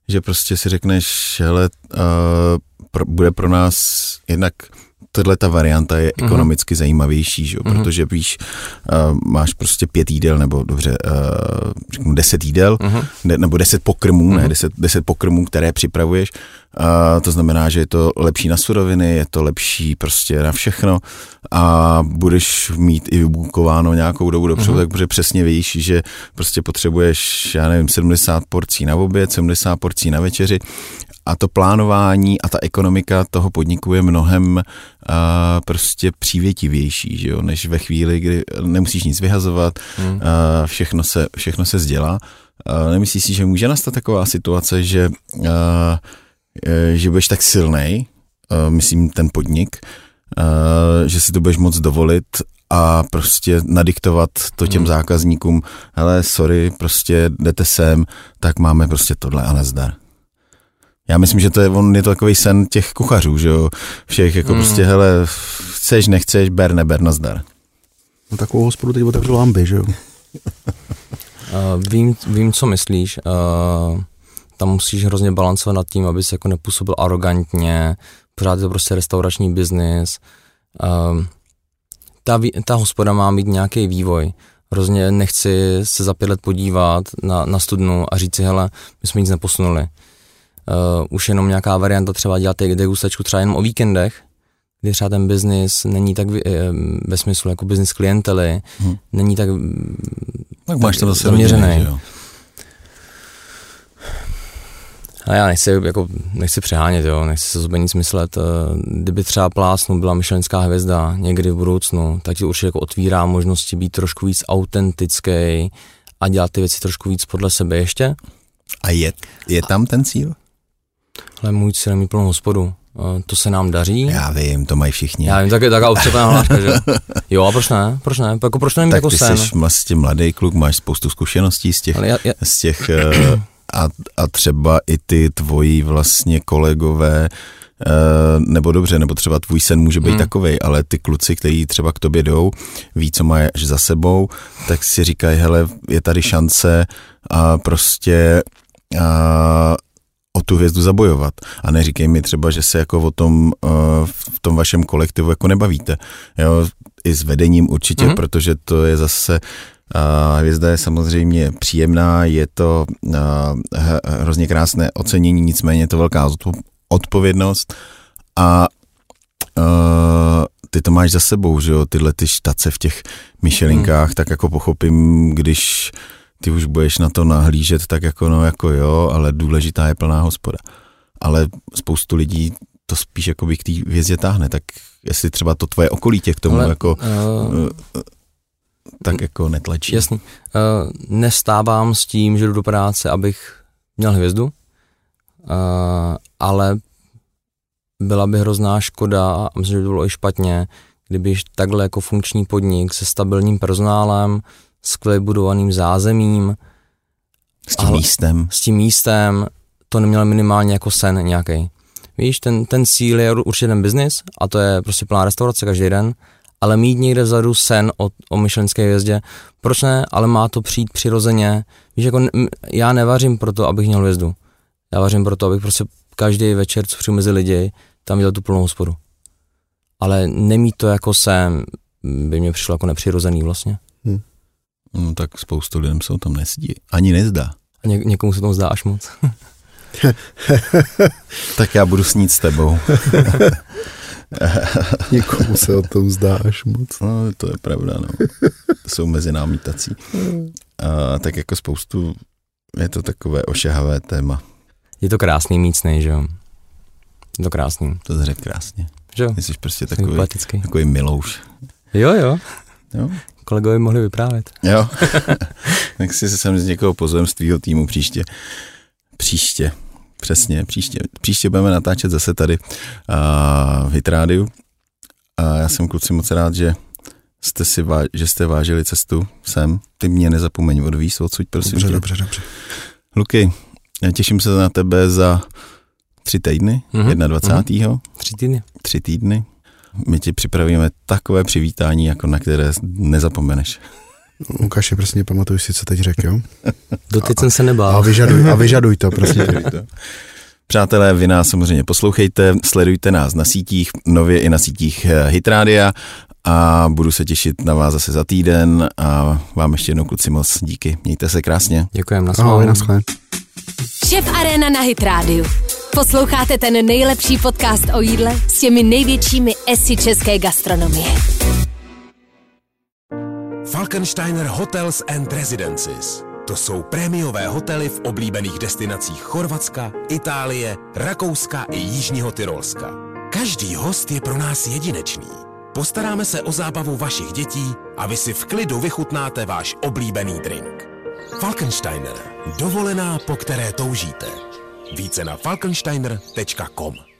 S2: že prostě si řekneš, hele, bude pro nás jednak tahle ta varianta je ekonomicky zajímavější, že? Protože víš, máš prostě 5 jídel, nebo dobře, řeknu 10 jídel, nebo 10 pokrmů, ne, 10 pokrmů, které připravuješ. To znamená, že je to lepší na suroviny, je to lepší prostě na všechno a budeš mít i vybukováno nějakou dobu dopředu, takže přesně víš, že prostě potřebuješ, já nevím, 70 porcí na oběd, 70 porcí na večeři. A to plánování a ta ekonomika toho podniku je mnohem prostě přívětivější, že jo, než ve chvíli, kdy nemusíš nic vyhazovat, všechno se sdělá. Nemyslíš si, že může nastat taková situace, že budeš tak silnej, myslím ten podnik, že si to budeš moc dovolit a prostě nadiktovat to těm zákazníkům, hele, sorry, prostě jdete sem, tak máme prostě tohle a nazdar. Já myslím, že on je to takový sen těch kuchařů, že jo, všech jako prostě, hele, chceš, nechceš, ber, neber, nazdar.
S3: No takovou hospodu teď otevřel Ambi, že jo?
S4: Vím, co myslíš. Tam musíš hrozně balancovat nad tím, aby se jako nepůsobil arrogantně, pořád je to prostě restaurační biznis. Ta hospoda má mít nějaký vývoj. Hrozně nechci se za 5 let podívat na studnu a říct si, hele, my jsme nic neposunuli. Už jenom nějaká varianta třeba dělat degustačku třeba jenom o víkendech, kdy třeba ten biznis není tak ve smyslu jako biznis klientely, není tak
S2: máš to
S4: zaměřený. A já nechci přehánět, jo, nechci se zubě nic myslet. Kdyby třeba Plásnu byla Michellinská hvězda někdy v budoucnu, tak ti určitě jako otvírá možnosti být trošku víc autentický a dělat ty věci trošku víc podle sebe ještě.
S2: A je tam ten cíl?
S4: Ale můj cíl je mít plnou hospodu. To se nám daří.
S2: Já vím, to mají všichni.
S4: Já vím, taková utřepaná hláška, že? Jo, a proč ne? Jako proč nemít jako sen?
S2: Tak ty jsi vlastně mladý kluk, máš spoustu zkušeností z těch a třeba i ty tvoji vlastně kolegové, nebo dobře, nebo třeba tvůj sen může být takovej, ale ty kluci, kteří třeba k tobě jdou, ví, co máš za sebou, tak si říkají, hele, je tady šance a prostě o tu hvězdu zabojovat. A neříkej mi třeba, že se jako o tom v tom vašem kolektivu jako nebavíte. Jo, i s vedením určitě, protože to je zase hvězda je samozřejmě příjemná, je to hrozně krásné ocenění, nicméně je to velká odpovědnost a ty to máš za sebou, že jo, tyhle ty štace v těch Michelinkách, tak jako pochopím, když ty už budeš na to nahlížet, tak jako no jako jo, ale důležitá je plná hospoda. Ale spoustu lidí to spíš jako by k té hvězdě táhne, tak jestli třeba to tvoje okolí tě k tomu jako tak jako netlačí.
S4: Jasný. Nestávám s tím, že jdu do práce, abych měl hvězdu, ale byla by hrozná škoda a myslím, že by to bylo i špatně, kdybyš takhle jako funkční podnik se stabilním personálem, skvěle budovaným zázemím.
S2: S tím místem.
S4: To neměl minimálně jako sen nějaký. Víš, ten cíl je určitě ten biznis a to je prostě plná restaurace každý den, ale mít někde vzadu sen o Michelinské hvězdě, proč ne, ale má to přijít přirozeně. Víš, jako já nevařím proto, abych měl hvězdu. Já vařím proto, abych prostě každý večer, co přijdu mezi lidi, tam dělal tu plnou hospodu. Ale nemít to jako sen by mě přišlo jako nepřirozený vlastně.
S2: No tak spoustu lidem se o tom nezdí. Ani nezdá.
S4: A někomu se to zdá až moc.
S2: Tak já budu snít s tebou.
S3: Někomu se o tom zdá až moc.
S2: No, to je pravda, no. To jsou mezi námi tací. Tak jako spoustu, je to takové ošahavé téma.
S4: Je to krásný mít sny, že jo? Je to krásný.
S2: To jsi řekl krásně.
S4: Že jo?
S2: Jsi prostě takový milouš.
S4: Jo.
S2: Jo?
S4: Kolegovi mohli vyprávět.
S2: Jo. Tak si se sem z někoho pozvem z tvýho týmu příště. Přesně, příště budeme natáčet zase tady v Hit Rádiu. A já jsem, kluci, moc rád, že jste vážili cestu sem. Ty mě nezapomeň odvízt odsud, prosím.
S3: Dobře.
S2: Luky, já těším se na tebe za 3 týdny, 21. 3 týdny. My ti připravíme takové přivítání, jako na které nezapomeneš.
S3: Lukáši, prostě pamatuj si, co teď řekl, jo?
S4: Doteď jsem se nebál.
S3: A vyžaduj to, prostě.
S2: Přátelé, vy nás samozřejmě poslouchejte, sledujte nás na sítích, nově i na sítích Hit Rádia a budu se těšit na vás zase za týden a vám ještě jednou, kluci, moc díky. Mějte se krásně.
S4: Děkujem,
S3: Ahoj, naschle.
S1: Šéf Aréna na Hit Rádiu. Posloucháte ten nejlepší podcast o jídle s těmi největšími esy české gastronomie.
S5: Falkensteiner Hotels and Residences. To jsou prémiové hotely v oblíbených destinacích Chorvatska, Itálie, Rakouska i Jižního Tyrolska. Každý host je pro nás jedinečný. Postaráme se o zábavu vašich dětí a vy si v klidu vychutnáte váš oblíbený drink. Falkensteiner. Dovolená, po které toužíte. Více na falkensteiner.com.